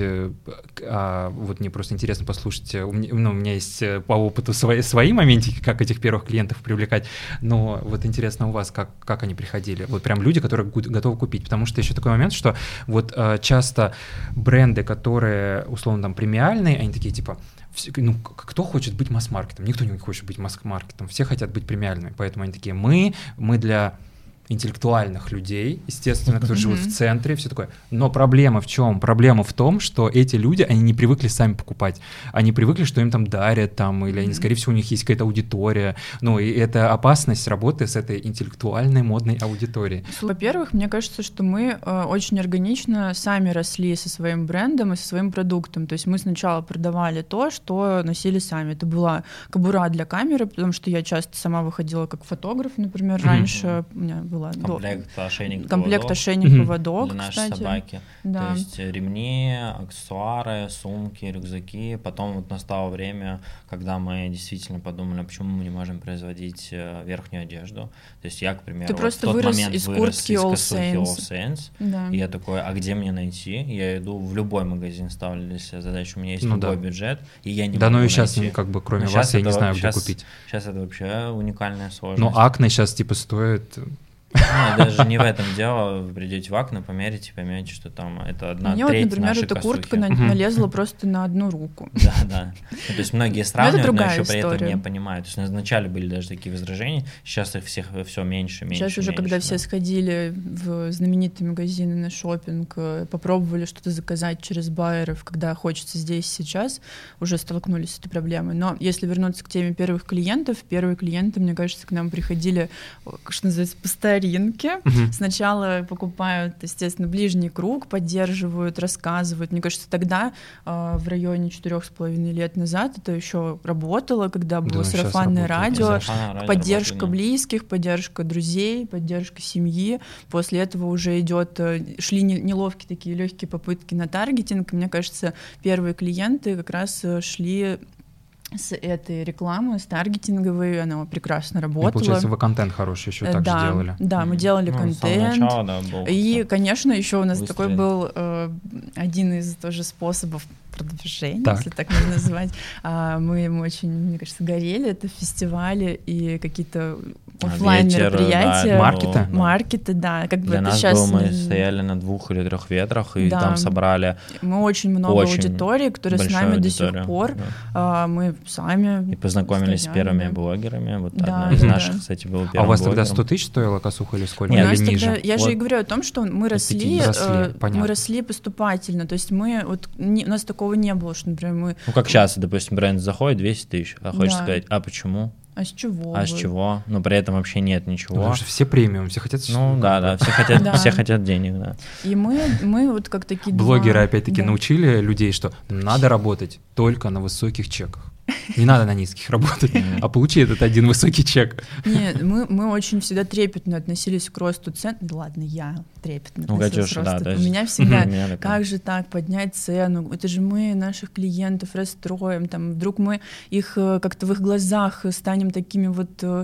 вот мне просто интересно послушать, у меня, ну, у меня есть по опыту свои, свои моментики, как этих первых клиентов привлекать, но вот интересно у вас, как, как они приходили, вот прям люди, которые готовы купить, потому что еще такой момент, что вот часто бренды, которые, условно, там, премиальные, они такие, типа, ну, кто хочет быть масс-маркетом? Никто не хочет быть масс-маркетом, все хотят быть премиальными, поэтому они такие, мы, мы для интеллектуальных людей, естественно, которые живут в центре, все такое. Но проблема в чем? Проблема в том, что эти люди, они не привыкли сами покупать. Они привыкли, что им там дарят, там, или они, скорее всего, у них есть какая-то аудитория. Ну, и это опасность работы с этой интеллектуальной, модной аудиторией. Во-первых, мне кажется, что мы э, очень органично сами росли со своим брендом и со своим продуктом. То есть мы сначала продавали то, что носили сами. Это была кобура для камеры, потому что я часто сама выходила как фотограф, например, раньше. Mm-hmm. У меня была комплект ошейник, комплект поводок, ошейник, поводок, для нашей кстати. собаки. Да. То есть ремни, аксессуары, сумки, рюкзаки. Потом вот настало время, когда мы действительно подумали, почему мы не можем производить верхнюю одежду. То есть я, к примеру, Ты вот просто в тот вырос момент из вырос куртки из All косухи All Saints. Saints. Да. И я такой, а где мне найти? Я иду в любой магазин, ставлю для себя задачу, у меня есть ну, любой да. бюджет, и я не да, могу ну и найти. сейчас, как бы, кроме но вас, я не знаю, сейчас, где купить. Сейчас это вообще уникальная сложность. Ну, Акне сейчас, типа, стоит... Ну, даже не в этом дело. Вы придете в Акне, померите, поймете, что там это одна Мне треть вот, например, нашей эта косухи. куртка на- налезла просто на одну руку. Да, да. Ну, то есть многие сравнивают, но, но еще история. при этом не понимают. То есть вначале были даже такие возражения, сейчас их всех все меньше, меньше. Сейчас уже, меньше, когда да. все сходили в знаменитые магазины на шопинг, попробовали что-то заказать через байеров, когда хочется здесь сейчас, уже столкнулись с этой проблемой. Но если вернуться к теме первых клиентов, первые клиенты, мне кажется, к нам приходили, что называется, по старинке. Сначала покупают, естественно, ближний круг, поддерживают, рассказывают. Мне кажется, тогда э, в районе четырех с половиной лет назад это еще работало, когда было да, сарафанное радио, сарафанное поддержка радио близких, поддержка друзей, поддержка семьи. После этого уже идет, шли неловкие такие легкие попытки на таргетинг. Мне кажется, первые клиенты как раз шли с этой рекламы, с таргетинговой, она прекрасно работала. И, получается, вы контент хороший еще так да, же делали. Да, мы делали ну, контент. Начала, да, был и, конечно, еще у нас выстрелить. такой был э, один из тоже способов продвижения, так. если так можно назвать. А, мы, мы очень, мне кажется, горели. Это фестивали и какие-то офлайн мероприятия. Да, маркеты. Да. Маркеты, да. Как Для бы нас сейчас... было, мы стояли на двух или трех ветрах, и да. там собрали Мы очень много очень аудитории, которая с нами аудиторию. до сих пор. Да. А, мы сами... И познакомились стояли, с первыми да. блогерами. Вот да, одна из да. наших, кстати, была первым А у вас блогером. тогда сто тысяч стоила косуха или сколько? Нет, или тогда, ниже? я вот. же и говорю о том, что мы росли, росли, э, мы росли поступательно. То есть мы, вот, не, у нас такого не было, что, например, мы... Ну, как сейчас, допустим, бренд заходит двести тысяч, а хочешь да. сказать, а почему? А с чего? А с чего? Но при этом вообще нет ничего. Потому что все премиум, все хотят... Ну да, да, все хотят, да. все хотят денег, да. И мы, мы вот как такие... Блогеры, два... опять-таки, да. научили людей, что надо работать только на высоких чеках. Не надо на низких работать, а получи этот один высокий чек. Нет, мы, мы очень всегда трепетно относились к росту цен. Да ладно, я трепетно ну, относилась к Катюша, росту. да, У меня всегда, меня как же так, поднять цену? Это же мы наших клиентов расстроим, там, вдруг мы их как-то в их глазах станем такими вот э,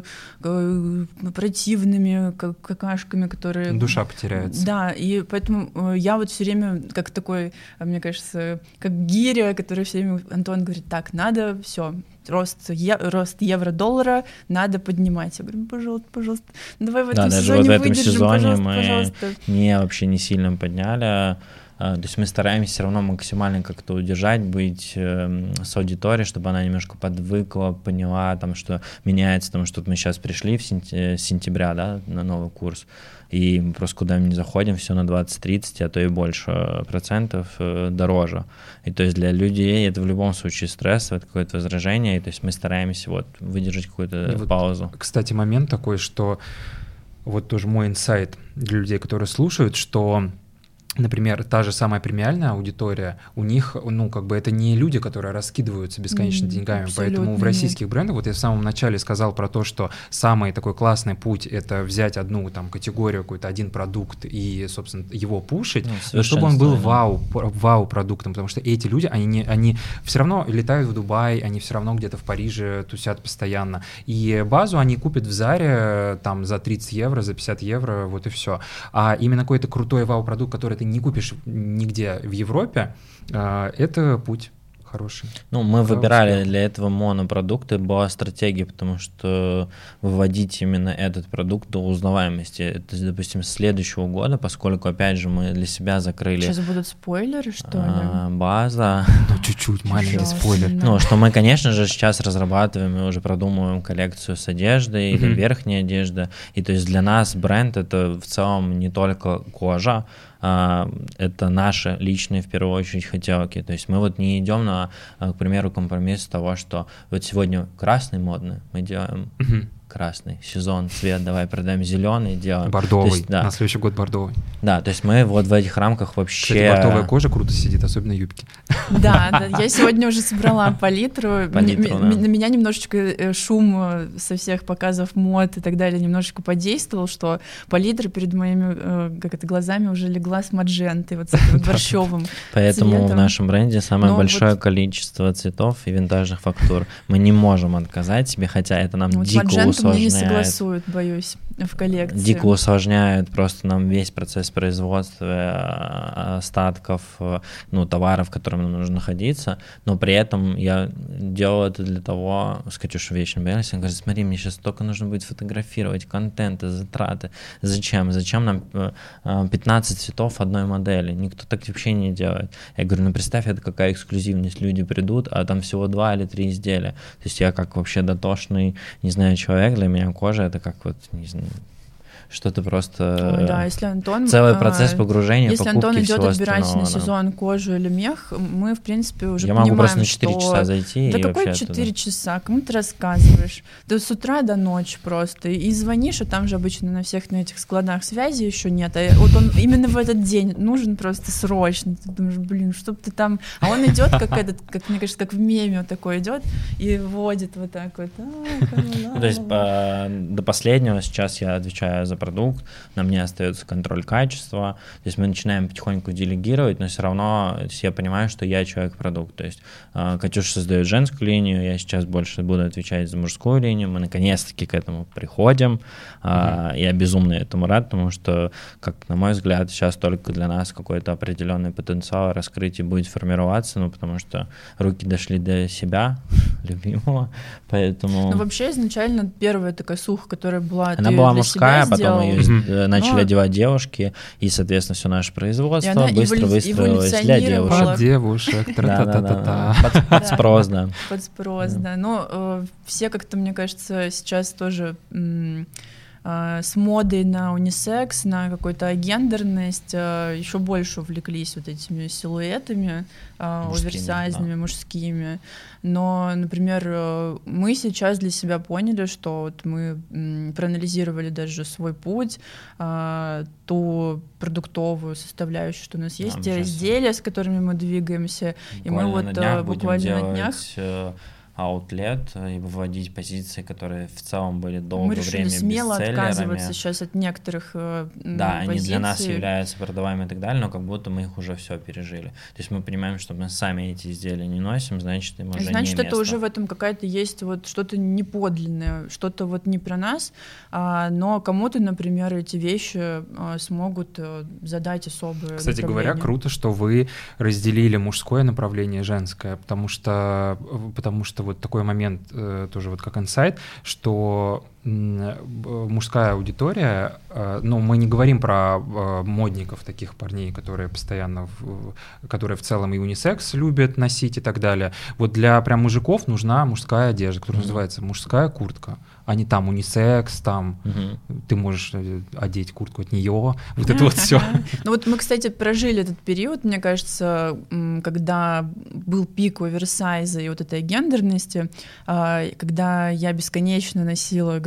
противными как какашками, которые... Душа потеряется. Да, и поэтому я вот все время как такой, мне кажется, как гиря, который все время, Антон говорит, так, надо все, рост, е, рост евро-доллара надо поднимать. Я говорю, пожалуйста, пожалуйста, давай в этом да, сезоне даже вот в этом выдержим, сезоне пожалуйста, мы пожалуйста. не вообще не сильно подняли. То есть мы стараемся все равно максимально как-то удержать, быть э, с аудиторией, чтобы она немножко подвыкла, поняла, там, что меняется, потому что вот мы сейчас пришли в сентя- с сентября, да, на новый курс, и мы просто куда мы не заходим, все на двадцать-тридцать, а то и больше процентов э, дороже. И то есть для людей это в любом случае стресс, это какое-то возражение, и то есть мы стараемся вот выдержать какую-то вот, паузу. Кстати, момент такой, что вот тоже мой инсайт для людей, которые слушают, что например, та же самая премиальная аудитория, у них, ну, как бы это не люди, которые раскидываются бесконечно mm, деньгами, поэтому в российских нет. брендах, вот я в самом начале сказал про то, что самый такой классный путь — это взять одну там категорию, какой-то один продукт и, собственно, его пушить, ну, чтобы он был вау, вау-продуктом, потому что эти люди, они, не, они все равно летают в Дубай, они все равно где-то в Париже тусят постоянно, и базу они купят в Заре там за тридцать евро, за пятьдесят евро, вот и все. А именно какой-то крутой вау-продукт, который ты не купишь нигде в Европе, это путь хороший. Ну, мы выбирали для этого монопродукты, была стратегия, потому что выводить именно этот продукт до узнаваемости, это, допустим, с следующего года, поскольку, опять же, мы для себя закрыли... Сейчас будут спойлеры, что а, ли? База. Ну, чуть-чуть, маленький спойлер. Ну, что мы, конечно же, сейчас разрабатываем и уже продумываем коллекцию с одеждой, или mm-hmm. верхняя одежда, и то есть для нас бренд — это в целом не только кожа, Uh, это наши личные, в первую очередь, хотелки. То есть мы вот не идем на, к примеру, компромисс того, что вот сегодня красный модный, мы делаем uh-huh. красный, сезон, цвет, давай продаем зеленый, делаем. Бордовый, есть, да. на следующий год бордовый. Да, то есть мы вот в этих рамках вообще... Кстати, бордовая кожа круто сидит, особенно юбки. Да, да, я сегодня уже собрала палитру, палитру на да. меня немножечко шум со всех показов мод и так далее немножечко подействовал, что палитра перед моими как это, глазами уже легла с маджентой, вот с этим борщевым Поэтому цветом. В нашем бренде самое Но большое вот... количество цветов и винтажных фактур. Мы не можем отказать себе, хотя это нам вот дико усложняет. Мне не согласуют, боюсь, в коллекции. Дико усложняет просто нам весь процесс производства остатков, ну, товаров, которым нам нужно находиться, но при этом я делал это для того, с Катюшей вечно боялись, она говорит, смотри, мне сейчас только нужно будет фотографировать, контенты, затраты. Зачем? Зачем нам пятнадцать цветов одной модели? Никто так вообще не делает. Я говорю, ну, представь, это какая эксклюзивность. Люди придут, а там всего два или три изделия. То есть я как вообще дотошный, не знаю, человек, для меня кожа — это как вот, не знаю, что-то просто... Ой, да, если Антон, целый процесс погружения, если покупки, Антон идет всего отбирать остального, на сезон да. кожу или мех, мы, в принципе, уже Я понимаем, могу просто на четыре что... часа зайти да и какой вообще четыре оттуда. часа? Кому ты рассказываешь? Да с утра до ночи просто. И звонишь, а там же обычно на всех на этих складах связи еще нет. А вот он именно в этот день нужен просто срочно. Ты думаешь, блин, чтоб ты там... А он идет, как этот, как мне кажется, как в меме вот такой идет и водит вот так вот. То есть до последнего сейчас я отвечаю за продукт, на мне остается контроль качества, то есть мы начинаем потихоньку делегировать, но все равно то есть я понимаю, что я человек-продукт, то есть э, Катюша создает женскую линию, я сейчас больше буду отвечать за мужскую линию, мы наконец-таки к этому приходим, э, mm-hmm. я безумно этому рад, потому что, как на мой взгляд, сейчас только для нас какой-то определенный потенциал раскрытия будет формироваться, ну потому что руки дошли до себя, любимого, поэтому... Ну вообще изначально первая такая суха, которая была... Она была мужская, потом ее mm-hmm. начали Но... одевать девушки, и, соответственно, все наше производство быстро эволю... выстроилось для девушек. Под девушек, тра-та-та-та-та. Под спрос, да. Под спрос, да. Но все как-то, мне кажется, сейчас тоже с модой на унисекс, на какую-то агендерность еще больше увлеклись вот этими силуэтами мужскими, оверсайзными, да. мужскими. Но, например, мы сейчас для себя поняли, что вот мы проанализировали даже свой путь, ту продуктовую составляющую, что у нас есть, да, те изделия, с которыми мы двигаемся, буквально и мы вот на днях буквально на днях аутлет и выводить позиции, которые в целом были долгое Мы решили время смело бестселлерами. отказываться сейчас от некоторых э, Да, позиций. они для нас являются продаваемыми и так далее, но как будто мы их уже все пережили. То есть мы понимаем, что мы сами эти изделия не носим, значит, им уже значит, не место. Значит, это уже в этом какая-то есть вот что-то неподлинное, что-то вот не про нас, а, но кому-то, например, эти вещи а, смогут а, задать особое Кстати направление. говоря, круто, что вы разделили мужское направление и женское, потому что, потому что вот такой момент, э, тоже вот как инсайт, что э, мужская аудитория, э, ну, мы не говорим про э, модников, таких парней, которые постоянно, в, которые в целом и унисекс любят носить и так далее. Вот для прям мужиков нужна мужская одежда, которая mm-hmm. называется мужская куртка, а не там унисекс, там mm-hmm. ты можешь одеть куртку от нее, вот это вот все. Ну вот мы, кстати, прожили этот период, мне кажется, когда был пик оверсайза и вот этой гендерности, когда я бесконечно носила гардероб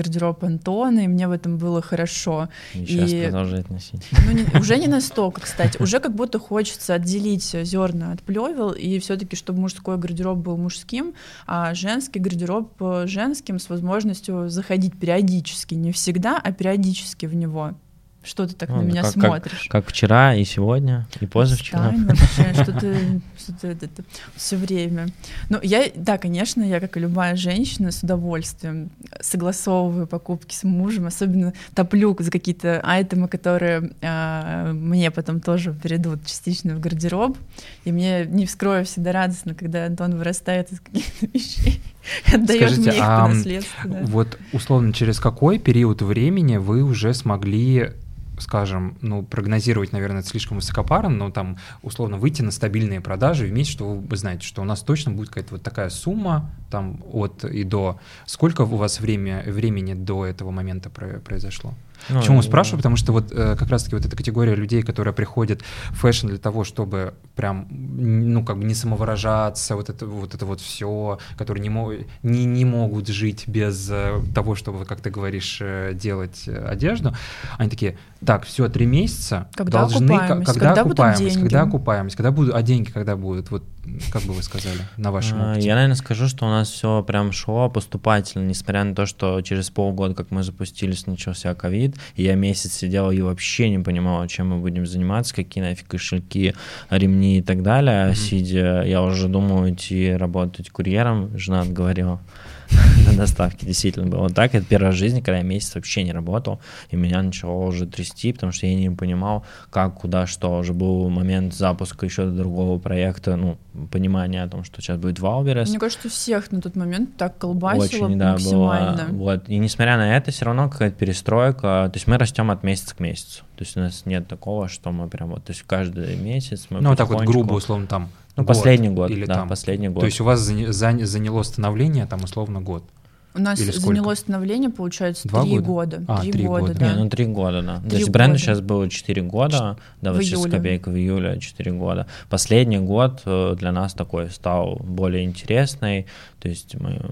гардероб Антона, и мне в этом было хорошо. И сейчас и... продолжает носить. Ну, не, уже не настолько, кстати. Уже как будто хочется отделить зерна от плевел, и все-таки, чтобы мужской гардероб был мужским, а женский гардероб женским, с возможностью заходить периодически. Не всегда, а периодически в него. Что ты так ну, на меня как, смотришь? Как, как вчера, и сегодня, и позавчера. Стань вообще, что-то, что-то это, это, все время. Ну, я, да, конечно, я, как и любая женщина, с удовольствием согласовываю покупки с мужем, особенно топлю за какие-то айтемы, которые э, мне потом тоже перейдут частично в гардероб, и мне, не вскрою, всегда радостно, когда Антон вырастает из каких-то вещей. Отдает мне их а, по наследству. Да. Вот, условно, через какой период времени вы уже смогли, скажем, ну, прогнозировать, наверное, это слишком высокопарно, но там, условно, выйти на стабильные продажи, иметь, что вы знаете, что у нас точно будет какая-то вот такая сумма, там, от и до. Сколько у вас время, времени до этого момента произошло? Ну, Почему спрашиваю? Потому что вот э, как раз-таки вот эта категория людей, которые приходят в фэшн для того, чтобы прям, ну, как бы не самовыражаться, вот это вот, это вот все, которые не, мо- не, не могут жить без э, того, чтобы, как ты говоришь, э, делать э, одежду, они такие, так, все, три месяца когда должны... Окупаемость? Когда, когда окупаемость? Когда когда окупаемость? Когда будут... А деньги когда будут? Вот как бы вы сказали на вашем опыте? Я, наверное, скажу, что у нас все прям шло поступательно, несмотря на то, что через полгода, как мы запустились, начался ковид, и я месяц сидел и вообще не понимал, чем мы будем заниматься, какие нафиг кошельки, ремни и так далее. Mm-hmm. Сидя, я уже думал идти работать курьером, жена отговорила на доставке. Действительно было так. Это первая жизнь, когда я месяц вообще не работал, и меня начало уже трясти, потому что я не понимал, как, куда, что. Уже был момент запуска еще другого проекта, ну, понимание о том, что сейчас будет Валберес. Мне кажется, всех на тот момент так колбасило Очень, да, максимально. Было, вот. И несмотря на это, все равно какая-то перестройка. То есть мы растем от месяца к месяцу. То есть у нас нет такого, что мы прям вот, то есть каждый месяц мы Ну, вот так вот грубо, условно, там Ну, год, последний год, или да, там, последний год. То есть у вас заняло становление, там, условно, год? У нас Или заняло становление, получается, Два три года. года. А, три три года, года. да. Не, ну три года, да. Три То есть бренду года. сейчас было четыре года, да, вот сейчас июле. копейка в июле, четыре года. Последний год для нас такой стал более интересный, то есть мы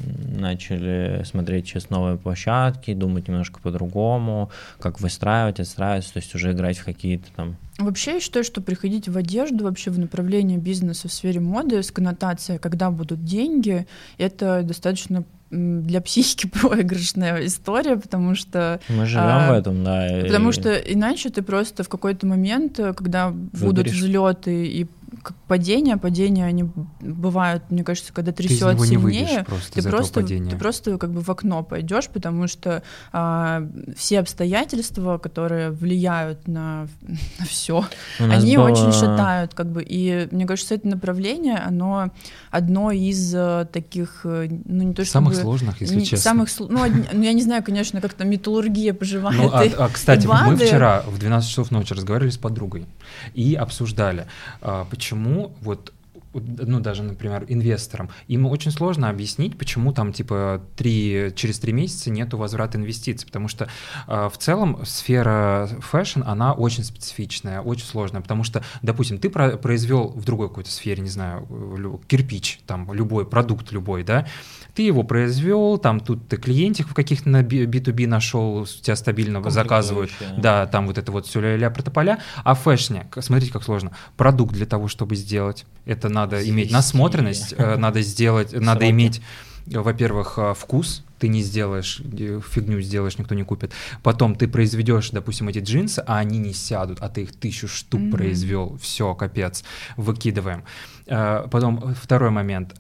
начали смотреть сейчас новые площадки, думать немножко по-другому, как выстраивать, отстраиваться, то есть уже играть в какие-то там... Вообще я считаю, что приходить в одежду, вообще в направление бизнеса в сфере моды с коннотацией, когда будут деньги, это достаточно для психики проигрышная история, потому что... Мы живем а, в этом, да. Потому и... что иначе ты просто в какой-то момент, когда Выгоришь. будут взлеты и как падения, падения, они бывают, мне кажется, когда трясет ты сильнее, просто ты, просто, ты просто как бы в окно пойдешь, потому что а, все обстоятельства, которые влияют на, на все, они было... очень шатают, как бы, и мне кажется, это направление, оно одно из таких, ну не то самых чтобы... сложных, если не, честно. Самых, ну, ну, я не знаю, конечно, как там металлургия поживает. Ну, а, и, а, кстати, и мы вчера в двенадцать часов ночи разговаривали с подругой и обсуждали, почему вот, ну, даже, например, инвесторам, им очень сложно объяснить, почему там, типа, три, через три месяца нету возврата инвестиций, потому что э, в целом сфера фэшн, она очень специфичная, очень сложная, потому что, допустим, ты про- произвел в другой какой-то сфере, не знаю, кирпич, там, любой продукт любой, да, ты его произвел, там тут ты клиентиков каких-то на би ту би нашел, у тебя стабильно заказывают, да, там вот это вот все ля-ля протополя, а в фэшне, смотрите, как сложно, продукт для того, чтобы сделать, это надо Свести. иметь насмотренность, надо сделать, надо иметь, во-первых, вкус, ты не сделаешь, фигню сделаешь, никто не купит. Потом ты произведешь, допустим, эти джинсы, а они не сядут, а ты их тысячу штук mm-hmm. произвел, все, капец, выкидываем. Потом второй момент,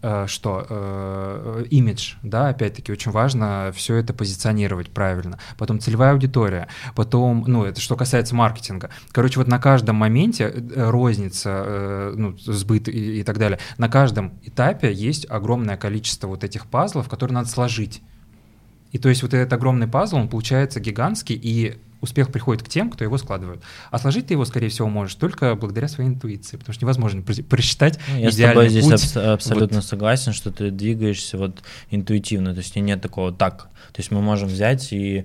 что имидж, да, опять-таки очень важно все это позиционировать правильно. Потом целевая аудитория, потом, ну, это что касается маркетинга. Короче, вот на каждом моменте розница, ну, сбыт и, и так далее, на каждом этапе есть огромное количество вот этих пазлов, которые надо сложить. И то есть вот этот огромный пазл, он получается гигантский, и успех приходит к тем, кто его складывает. А сложить ты его, скорее всего, можешь только благодаря своей интуиции, потому что невозможно просчитать ну, я идеальный с тобой путь. здесь аб- абсолютно вот. согласен, что ты двигаешься вот интуитивно, то есть нет такого так. То есть мы можем взять и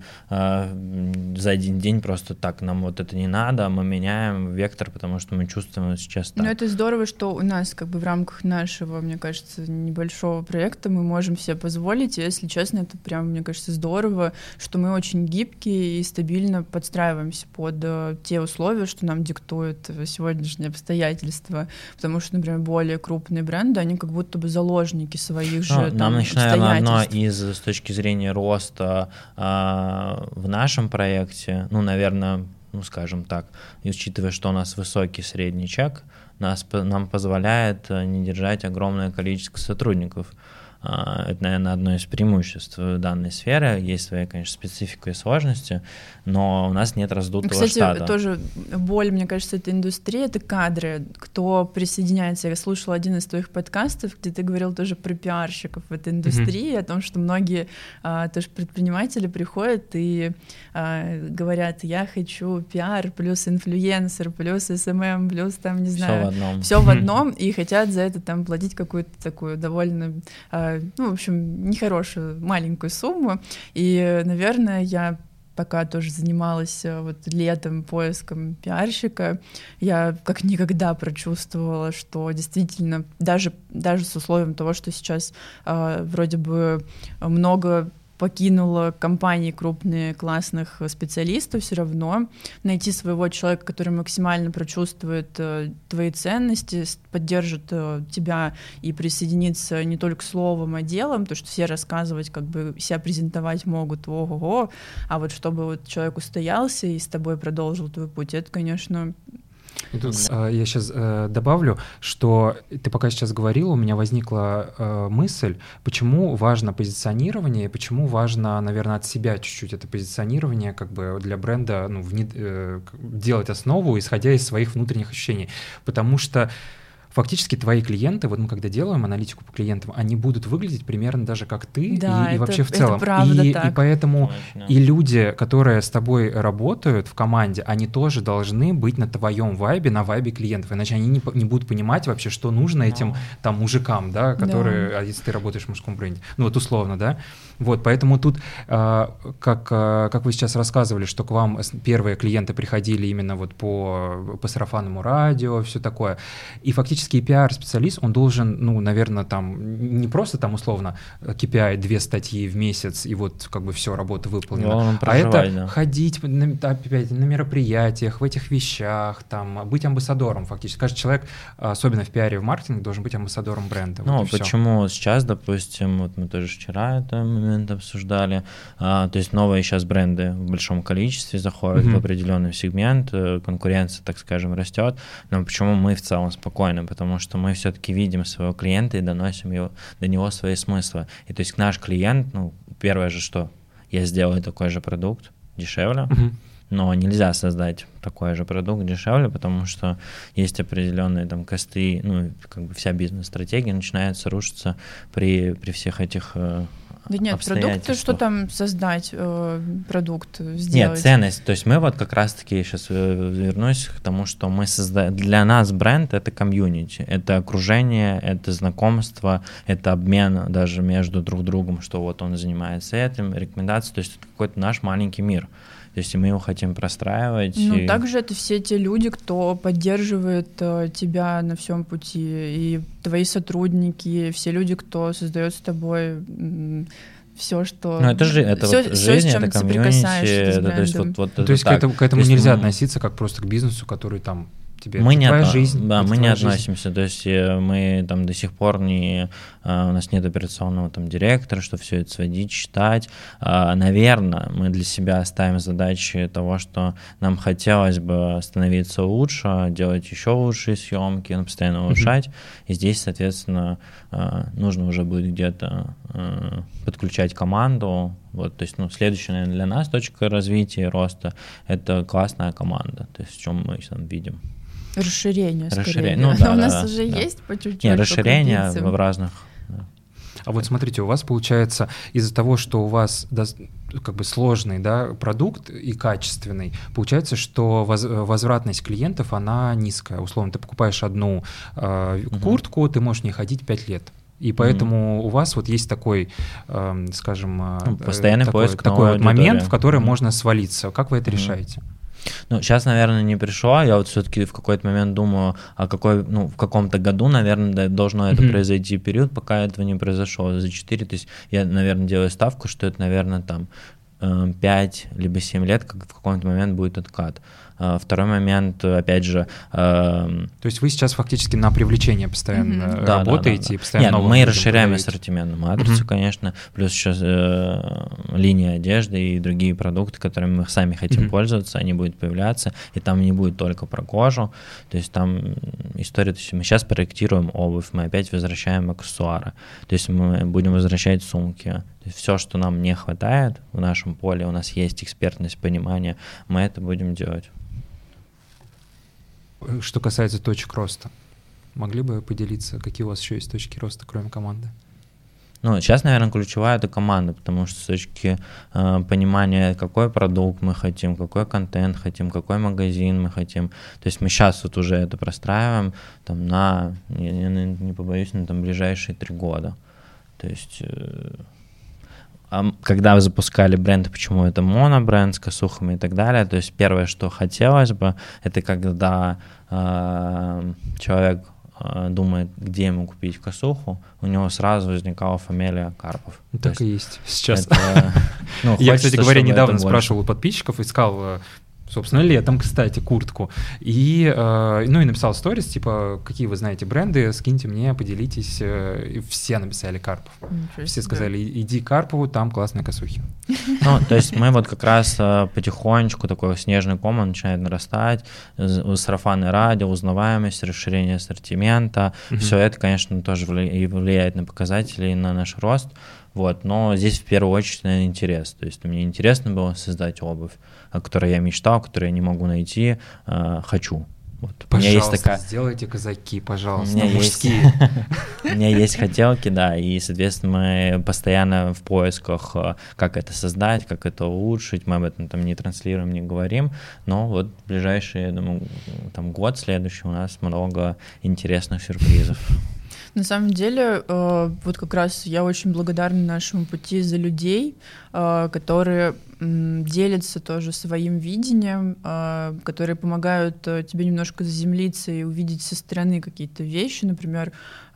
э, за один день просто так, нам вот это не надо, мы меняем вектор, потому что мы чувствуем сейчас так. Ну это здорово, что у нас как бы в рамках нашего, мне кажется, небольшого проекта мы можем себе позволить, и, если честно, это прям, мне кажется, здорово, что мы очень гибкие и стабильно подстраиваемся под uh, те условия, что нам диктуют сегодняшние обстоятельства, потому что, например, более крупные бренды, они как будто бы заложники своих же ну, там, нам, наверное, одно обстоятельств. из, с точки зрения роста э, в нашем проекте, ну, наверное, ну, скажем так, и учитывая, что у нас высокий средний чек, нас, нам позволяет не держать огромное количество сотрудников. Это, наверное, одно из преимуществ данной сферы. Есть своя, конечно, специфика и сложности, но у нас нет раздутого Кстати, штата. Кстати, тоже боль, мне кажется, этой индустрии — это кадры. Кто присоединяется? Я слушала один из твоих подкастов, где ты говорил тоже про пиарщиков в этой индустрии, mm-hmm. о том, что многие а, тоже предприниматели приходят и а, говорят: я хочу пиар плюс инфлюенсер плюс эс эм эм плюс там, не знаю, все в одном, все в одном, и хотят за это там платить какую-то такую довольно а, ну, в общем, нехорошую маленькую сумму. И, наверное, я пока тоже занималась вот летом поиском пиарщика, я как никогда прочувствовала, что действительно даже, даже с условием того, что сейчас э, вроде бы много покинула компании крупные классных специалистов, все равно найти своего человека, который максимально прочувствует э, твои ценности, поддержит э, тебя и присоединится не только словом, а делом, потому что все рассказывать, как бы себя презентовать могут, ого-го, а вот чтобы вот человек устоялся и с тобой продолжил твой путь, это, конечно... И тут э, я сейчас э, добавлю, что ты пока сейчас говорил, у меня возникла э, мысль, почему важно позиционирование, и почему важно, наверное, от себя чуть-чуть это позиционирование как бы для бренда, ну, внед... э, делать основу, исходя из своих внутренних ощущений. Потому что фактически твои клиенты, вот мы когда делаем аналитику по клиентам, они будут выглядеть примерно даже как ты, да, и, и это, вообще в целом. Это правда и, так. и поэтому Точно. и люди, которые с тобой работают в команде, они тоже должны быть на твоем вайбе, на вайбе клиентов, иначе они не, не будут понимать вообще, что нужно этим там мужикам, да, которые, да. А если ты работаешь в мужском бренде, ну вот условно, да. Вот, поэтому тут, э, как, э, как вы сейчас рассказывали, что к вам первые клиенты приходили именно вот по, по сарафанному радио, все такое, и фактически пиар-специалист, он должен, ну, наверное, там, не просто там условно кей пи ай две статьи в месяц, и вот как бы все, работа выполнена, а это да. ходить на, опять, на мероприятиях, в этих вещах, там, быть амбассадором фактически. Каждый человек, особенно в пиаре, в маркетинге, должен быть амбассадором бренда. Ну, вот почему сейчас, допустим, вот мы тоже вчера это момент обсуждали, а, то есть новые сейчас бренды в большом количестве заходят mm-hmm. в определенный сегмент, конкуренция, так скажем, растет, но почему мы в целом спокойны? Потому что мы все-таки видим своего клиента и доносим его, до него свои смыслы. И то есть наш клиент, ну, первое же, что я сделаю такой же продукт дешевле, mm-hmm. но нельзя создать такой же продукт дешевле, потому что есть определенные там косты, ну, как бы вся бизнес-стратегия начинается рушиться при, при всех этих э, Да нет, продукт, что там создать, э, продукт сделать? Нет, ценность. То есть мы вот как раз-таки, сейчас вернусь к тому, что мы создаем, для нас бренд — это комьюнити, это окружение, это знакомство, это обмен даже между друг другом, что вот он занимается этим, рекомендации, то есть это какой-то наш маленький мир. То есть мы его хотим простраивать. Ну, и... также это все те люди, кто поддерживает э, тебя на всем пути, и твои сотрудники, все люди, кто создает с тобой м, все, что... Ну, это же это всё, вот всё, жизнь, с чем это ты комьюнити, соприкасаешься с это, то есть вот, вот ну, это то есть так. к этому, к этому есть нельзя мы... относиться как просто к бизнесу, который там тебе мы это не твоя отно... жизнь. Да, это мы не жизнь. относимся, то есть мы там до сих пор не, у нас нет операционного там директора, что все это сводить, считать. Наверное, мы для себя ставим задачи того, что нам хотелось бы становиться лучше, делать еще лучшие съемки, постоянно улучшать. Mm-hmm. И здесь, соответственно, нужно уже будет где-то подключать команду. Вот, то есть, ну, следующая, наверное, для нас точка развития и роста — это классная команда, то есть в чем мы там видим. Расширение, скорее. Расширение. Ну, да, у нас да, уже да. есть по чуть-чуть. Нет, расширение покрутиться. в разных... Да. А вот смотрите, у вас получается из-за того, что у вас как бы сложный, да, продукт и качественный, получается, что воз, возвратность клиентов, она низкая. Условно, ты покупаешь одну э, куртку, угу. ты можешь не ходить пять лет. И поэтому mm-hmm. у вас вот есть такой, э, скажем, ну, постоянный такой, поиск такой вот момент, в который mm-hmm. можно свалиться. Как вы это mm-hmm. решаете? Ну, сейчас, наверное, не пришло. Я вот все-таки в какой-то момент думаю, а какой, ну, в каком-то году, наверное, должно это mm-hmm. произойти период, пока этого не произошло. За четыре, то есть я, наверное, делаю ставку, что это, наверное, там пять либо семь лет, как в какой-то момент будет откат. Второй момент, опять же... Э... То есть вы сейчас фактически на привлечение постоянно mm-hmm. работаете да, да, да. и постоянно... Нет, мы расширяем ассортиментную матрицу, mm-hmm. конечно, плюс сейчас э, линия одежды и другие продукты, которыми мы сами хотим mm-hmm. пользоваться, они будут появляться, и там не будет только про кожу, то есть там история... То есть мы сейчас проектируем обувь, мы опять возвращаем аксессуары, то есть мы будем возвращать сумки, то есть все, что нам не хватает в нашем поле, у нас есть экспертность, понимание, мы это будем делать. Что касается точек роста, могли бы поделиться, какие у вас еще есть точки роста, кроме команды? Ну, сейчас, наверное, ключевая — это команда, потому что с точки э, понимания, какой продукт мы хотим, какой контент хотим, какой магазин мы хотим, то есть мы сейчас вот уже это простраиваем там, на, я, я не побоюсь, на там, ближайшие три года. То есть... Э, когда вы запускали бренд, почему это монобренд с косухами и так далее, то есть первое, что хотелось бы, это когда э, человек э, думает, где ему купить косуху, у него сразу возникала фамилия Карпов. Так и есть сейчас. Это, ну, я, кстати говоря, недавно спрашивал у подписчиков, искал... собственно, летом, кстати, куртку. И, э, ну, и написал сторис, типа, какие вы знаете бренды, скиньте мне, поделитесь. И все написали Карпов. Ничего все сказали, иди к Карпову, там классные косухи. Ну, то есть мы вот как раз потихонечку, такой снежный ком начинает нарастать, сарафанное радио, узнаваемость, расширение ассортимента. Mm-hmm. Все это, конечно, тоже влияет на показатели и на наш рост. Вот, но здесь в первую очередь, наверное, интерес. То есть мне интересно было создать обувь, о которой я мечтал, которую я не могу найти, э, хочу. Вот. Пожалуйста, у меня есть такая... сделайте казаки, пожалуйста, у меня мужские. У меня есть хотелки, да, и, соответственно, мы постоянно в поисках, как это создать, как это улучшить. Мы об этом там не транслируем, не говорим, но вот в ближайший, я думаю, там год следующий у нас много интересных сюрпризов. На самом деле, вот как раз я очень благодарна нашему пути за людей, которые делятся тоже своим видением, которые помогают тебе немножко заземлиться и увидеть со стороны какие-то вещи, например,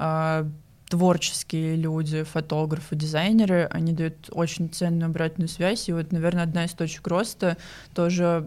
творческие люди, фотографы, дизайнеры, они дают очень ценную обратную связь, и вот, наверное, одна из точек роста тоже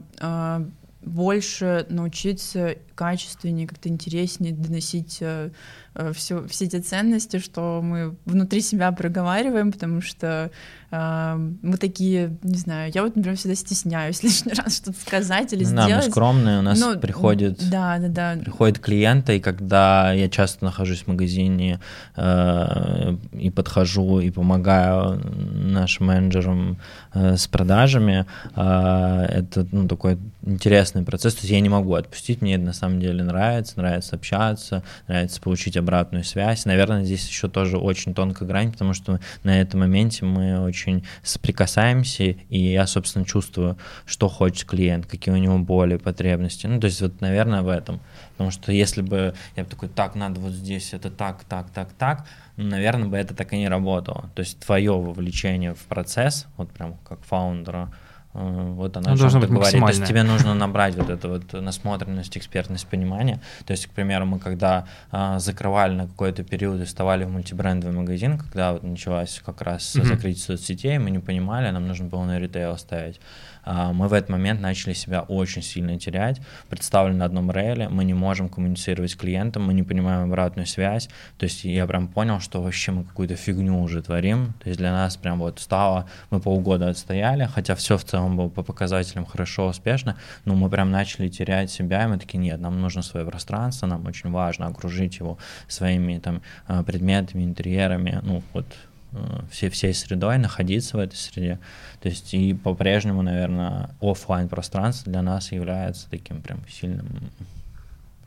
больше научиться качественнее, как-то интереснее доносить э, все, все эти ценности, что мы внутри себя проговариваем, потому что э, мы такие, не знаю, я вот, например, всегда стесняюсь лишний раз что-то сказать или да, сделать. Мы скромные, у нас ну, приходит, да, да, да. приходит клиенты, и когда я часто нахожусь в магазине э, и подхожу и помогаю нашим менеджерам э, с продажами, э, это ну, такой интересный процесс, то есть я не могу отпустить, мне это на самом деле нравится, нравится общаться, нравится получить обратную связь. Наверное, здесь еще тоже очень тонкая грань, потому что на этом моменте мы очень соприкасаемся, и я, собственно, чувствую, что хочет клиент, какие у него боли, потребности. Ну, то есть вот, наверное, в этом. Потому что если бы я бы такой, так, надо вот здесь это так, так, так, так, ну, наверное, бы это так и не работало. То есть твое вовлечение в процесс, вот прям как фаундера, вот она должна быть говорит. максимальная. То есть тебе нужно набрать вот эту вот насмотренность, экспертность, понимание. То есть, к примеру, мы когда а, закрывали на какой-то период и вставали в мультибрендовый магазин, когда вот началась как раз mm-hmm. закрытие соцсетей, мы не понимали, нам нужно было на ритейл ставить. А, мы в этот момент начали себя очень сильно терять, представлены на одном рейле, мы не можем коммуницировать с клиентом, мы не понимаем обратную связь. То есть я прям понял, что вообще мы какую-то фигню уже творим. То есть для нас прям вот стало, мы полгода отстояли, хотя все в целом было по показателям хорошо, успешно, но мы прям начали терять себя, и мы такие, нет, нам нужно свое пространство, нам очень важно окружить его своими там предметами, интерьерами, ну вот всей, всей средой, находиться в этой среде. То есть и по-прежнему, наверное, офлайн пространство для нас является таким прям сильным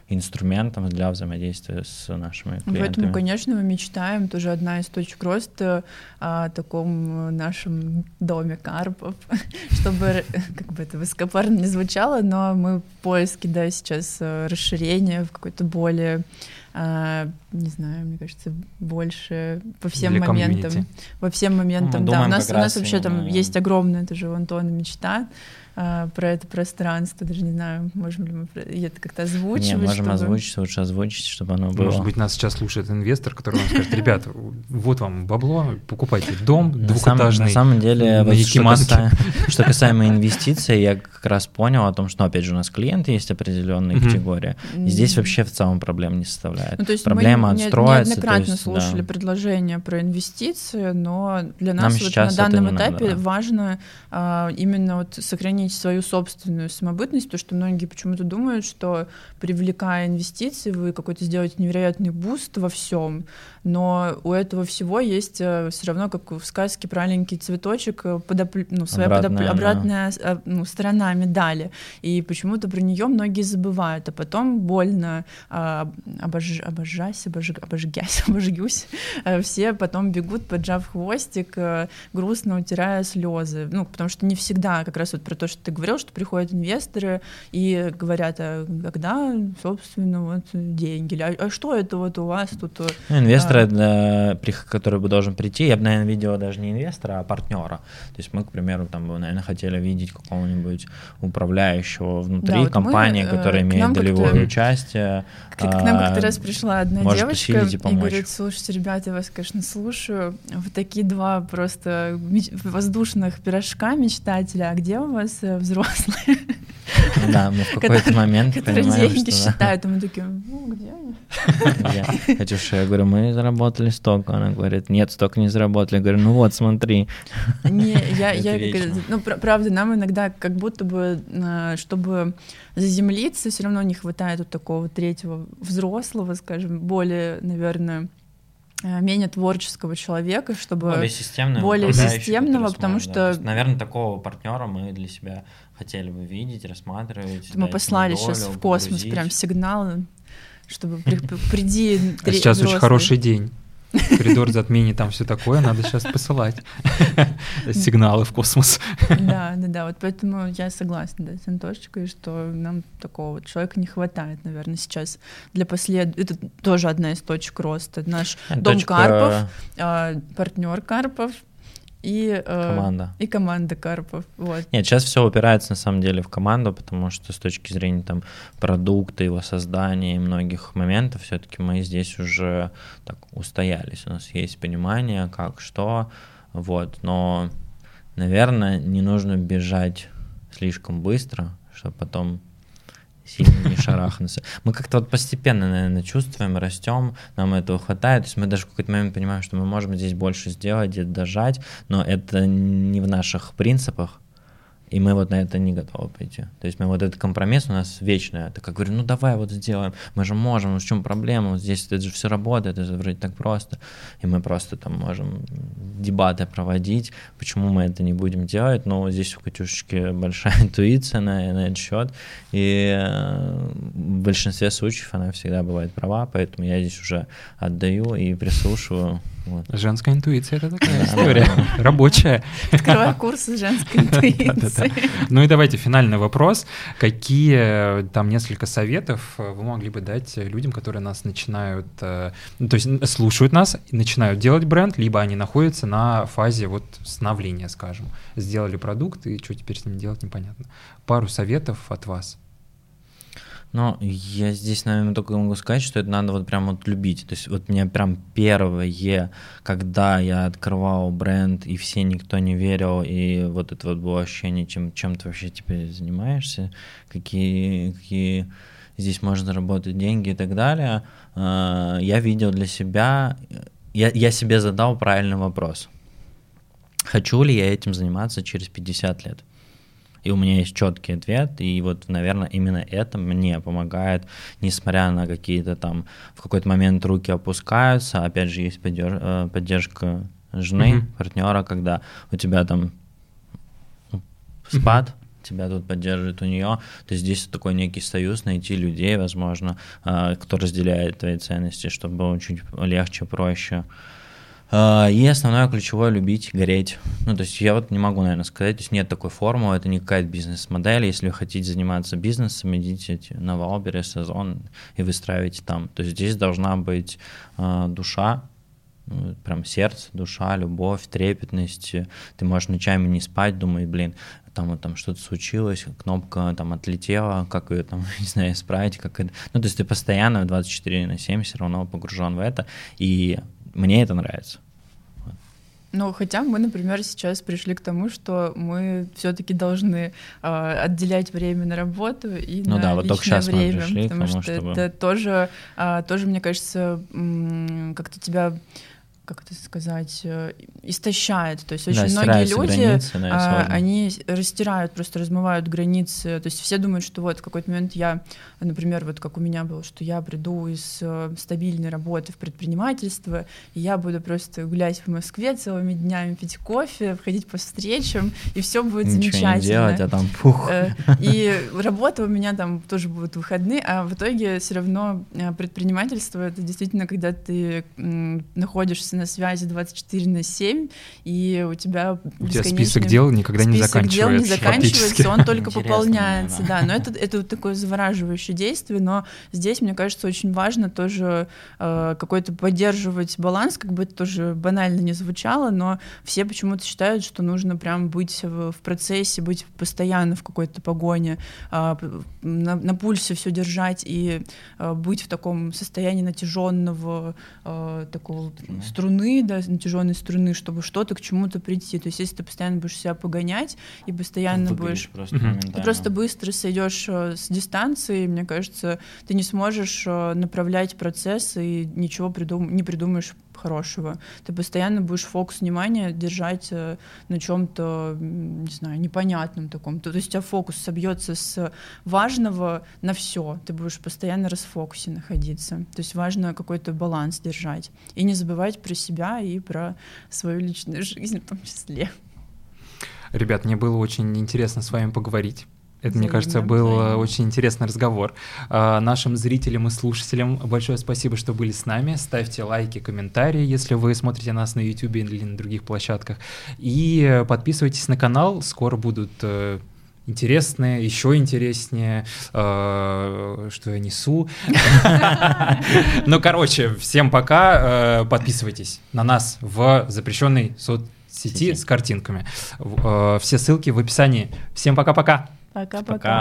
инструментом для взаимодействия с нашими клиентами. Поэтому, конечно, мы мечтаем, тоже одна из точек роста о таком нашем доме карпов, чтобы, как бы это высокопарно не звучало, но мы в поиске, да, сейчас расширения в какой-то более, не знаю, мне кажется, больше по всем для моментам, комьюнити. по всем моментам, ну, да, у нас, у нас вообще именно... там есть огромная тоже у Антона мечта про это пространство, даже не знаю, можем ли мы это как-то озвучивать. Не, можем чтобы... озвучить, лучше озвучить, чтобы оно было. Может быть, нас сейчас слушает инвестор, который вам скажет: ребят, вот вам бабло, покупайте дом двухэтажный. На самом деле, вот, что, касаемо, что касаемо инвестиций, я как раз понял о том, что, опять же, у нас клиенты есть определенные mm-hmm. категории, и здесь вообще в целом проблем не составляет. Ну, то есть Проблема мы отстроится. неоднократно то есть, слушали да. предложения про инвестиции, но для нас вот на данном этапе надо, да. важно а, именно вот сохранить свою собственную самобытность, потому что многие почему-то думают, что привлекая инвестиции, вы какой-то сделаете невероятный буст во всем, но у этого всего есть все равно, как в сказке, праленький цветочек, подоп... ну, своя обратная, подоп... обратная да. ну, сторона медали, и почему-то про нее многие забывают, а потом больно а, обож... обожась, обож... обожгясь, обожгюсь, все потом бегут, поджав хвостик, грустно утирая слезы, ну, потому что не всегда, как раз вот про то, что ты говорил, что приходят инвесторы и говорят: а когда, собственно, вот деньги, а, а что это вот у вас тут? Ну, инвестор, а... это, который бы должен прийти, я бы, наверное, видел даже не инвестора, а партнера. То есть мы, к примеру, там бы, наверное, хотели видеть какого-нибудь управляющего внутри да, вот компании, мы, которая имеет долевое участие. К, к нам как-то раз пришла одна девочка и, и говорит: слушайте, ребята, я вас, конечно, слушаю, вы такие два просто воздушных пирожка мечтателя, а где у вас взрослые? Да, мы в какой-то момент понимаем, деньги что... считают, и мы такие: ну, где они? Катюша, я говорю: мы заработали столько. Она говорит: нет, столько не заработали. Я говорю: ну вот, смотри. Не, я, я ну, правда, нам иногда как будто бы, чтобы заземлиться, все равно не хватает вот такого третьего взрослого, скажем, более, наверное, менее творческого человека, чтобы более системного, более системного, потому да. что, То есть, наверное, такого партнера мы для себя хотели бы видеть, рассматривать. Мы послали долю, сейчас в космос погрузить. Прям сигналы, чтобы при, приди. А сейчас взрослый. Очень хороший день. Коридор затмений, там все такое, надо сейчас посылать сигналы в космос. Да, да, да, вот поэтому я согласна, да, с Антошечкой, что нам такого вот человека не хватает, наверное, сейчас для послед... Это тоже одна из точек роста. Наш это дом точка... Карпов, э, партнер Карпов и, э, команда. и команда Карпов. Вот. Нет, сейчас все упирается на самом деле в команду, потому что с точки зрения там продукта, его создания и многих моментов, все-таки мы здесь уже так устоялись. У нас есть понимание, как, что, вот. Но, наверное, не нужно бежать слишком быстро, чтобы потом сильно не шарахнуться. Мы как-то вот постепенно, наверное, чувствуем, растем, нам этого хватает. То есть мы даже в какой-то момент понимаем, что мы можем здесь больше сделать, где-то дожать, но это не в наших принципах, и мы вот на это не готовы пойти. То есть мы вот этот компромисс у нас вечный. Это как говорю: ну давай вот сделаем, мы же можем, в чем проблема, вот здесь это же все работает, это же вроде так просто. И мы просто там можем дебаты проводить, почему мы это не будем делать, но здесь у Катюшечки большая интуиция на, на этот счет, и в большинстве случаев она всегда бывает права, поэтому я здесь уже отдаю и прислушиваю. Вот. Женская интуиция — это такая история рабочая. Открывай курсы женской интуиции. Ну и давайте финальный вопрос. Какие там несколько советов вы могли бы дать людям, которые нас начинают, то есть слушают нас и начинают делать бренд, либо они находятся на фазе вот становления, скажем. Сделали продукт, и что теперь с ним делать, непонятно. Пару советов от вас. Ну, я здесь, наверное, только могу сказать, что это надо вот прям вот любить. То есть вот мне прям первое, когда я открывал бренд, и все никто не верил, и вот это вот было ощущение, чем, чем ты вообще теперь занимаешься, какие, какие здесь можно заработать деньги и так далее, я видел для себя, я, я себе задал правильный вопрос. Хочу ли я этим заниматься через пятьдесят лет? И у меня есть четкий ответ, и вот, наверное, именно это мне помогает, несмотря на какие-то там, в какой-то момент руки опускаются, опять же, есть поддерж- поддержка жены, mm-hmm. партнера, когда у тебя там спад, mm-hmm. тебя тут поддерживает у нее, то здесь такой некий союз, найти людей, возможно, кто разделяет твои ценности, чтобы было чуть легче, проще. И основное ключевое — любить, гореть. Ну, то есть я вот не могу, наверное, сказать, то есть нет такой формулы, это не какая-то бизнес-модель. Если вы хотите заниматься бизнесом, идите на Валберес, Озон и выстраивайте там. То есть здесь должна быть э, душа, прям сердце, душа, любовь, трепетность. Ты можешь ночами не спать, думать, блин, там вот там что-то случилось, кнопка там отлетела, как ее там, не знаю, исправить, как это. Ну, то есть ты постоянно двадцать четыре на семь все равно погружен в это, и мне это нравится. Ну, хотя мы, например, сейчас пришли к тому, что мы все-таки должны э, отделять время на работу и ну на да, вот личное только сейчас время, мы пришли потому к тому, что чтобы... это тоже, э, тоже, мне кажется, м- как-то тебя, как это сказать, э, истощает. То есть очень да, многие люди, границы, да, э, они растирают, просто размывают границы. То есть все думают, что вот в какой-то момент я, например, вот как у меня было, что я приду из э, стабильной работы в предпринимательство, и я буду просто гулять в Москве целыми днями, пить кофе, ходить по встречам, и все будет ничего замечательно. Не делать, а там пух. И работа у меня там тоже будут выходные, а в итоге все равно предпринимательство — это действительно, когда ты находишься на связи двадцать четыре на семь, и у тебя у тебя список дел никогда не заканчивается. Список дел не заканчивается, он только Интересно, пополняется, да. да. Но это, это такое завораживающее действие, но здесь, мне кажется, очень важно тоже э, какой-то поддерживать баланс, как бы это тоже банально не звучало, но все почему-то считают, что нужно прям быть в, в процессе, быть постоянно в какой-то погоне, э, на, на пульсе все держать и э, быть в таком состоянии натяженного э, такого Струны. струны, да, натяженной струны, чтобы что-то к чему-то прийти. То есть если ты постоянно будешь себя погонять и постоянно будешь... Просто mm-hmm. Ты просто быстро сойдешь с дистанции, мне кажется, ты не сможешь направлять процесс и ничего придум... не придумаешь хорошего. Ты постоянно будешь фокус внимания держать на чем-то, не знаю, непонятном таком. То есть у тебя фокус собьется с важного на все. Ты будешь постоянно в расфокусе находиться. То есть важно какой-то баланс держать. И не забывать про себя и про свою личную жизнь в том числе. Ребят, мне было очень интересно с вами поговорить. Это, Взаимно, мне кажется, был взаимно. очень интересный разговор. А, нашим зрителям и слушателям большое спасибо, что были с нами. Ставьте лайки, комментарии, если вы смотрите нас на YouTube или на других площадках. И подписывайтесь на канал. Скоро будут э, интересные, еще интереснее, э, что я несу. Ну, короче, всем пока. Подписывайтесь на нас в запрещенной соцсети с картинками. Все ссылки в описании. Всем пока-пока. Пока-пока.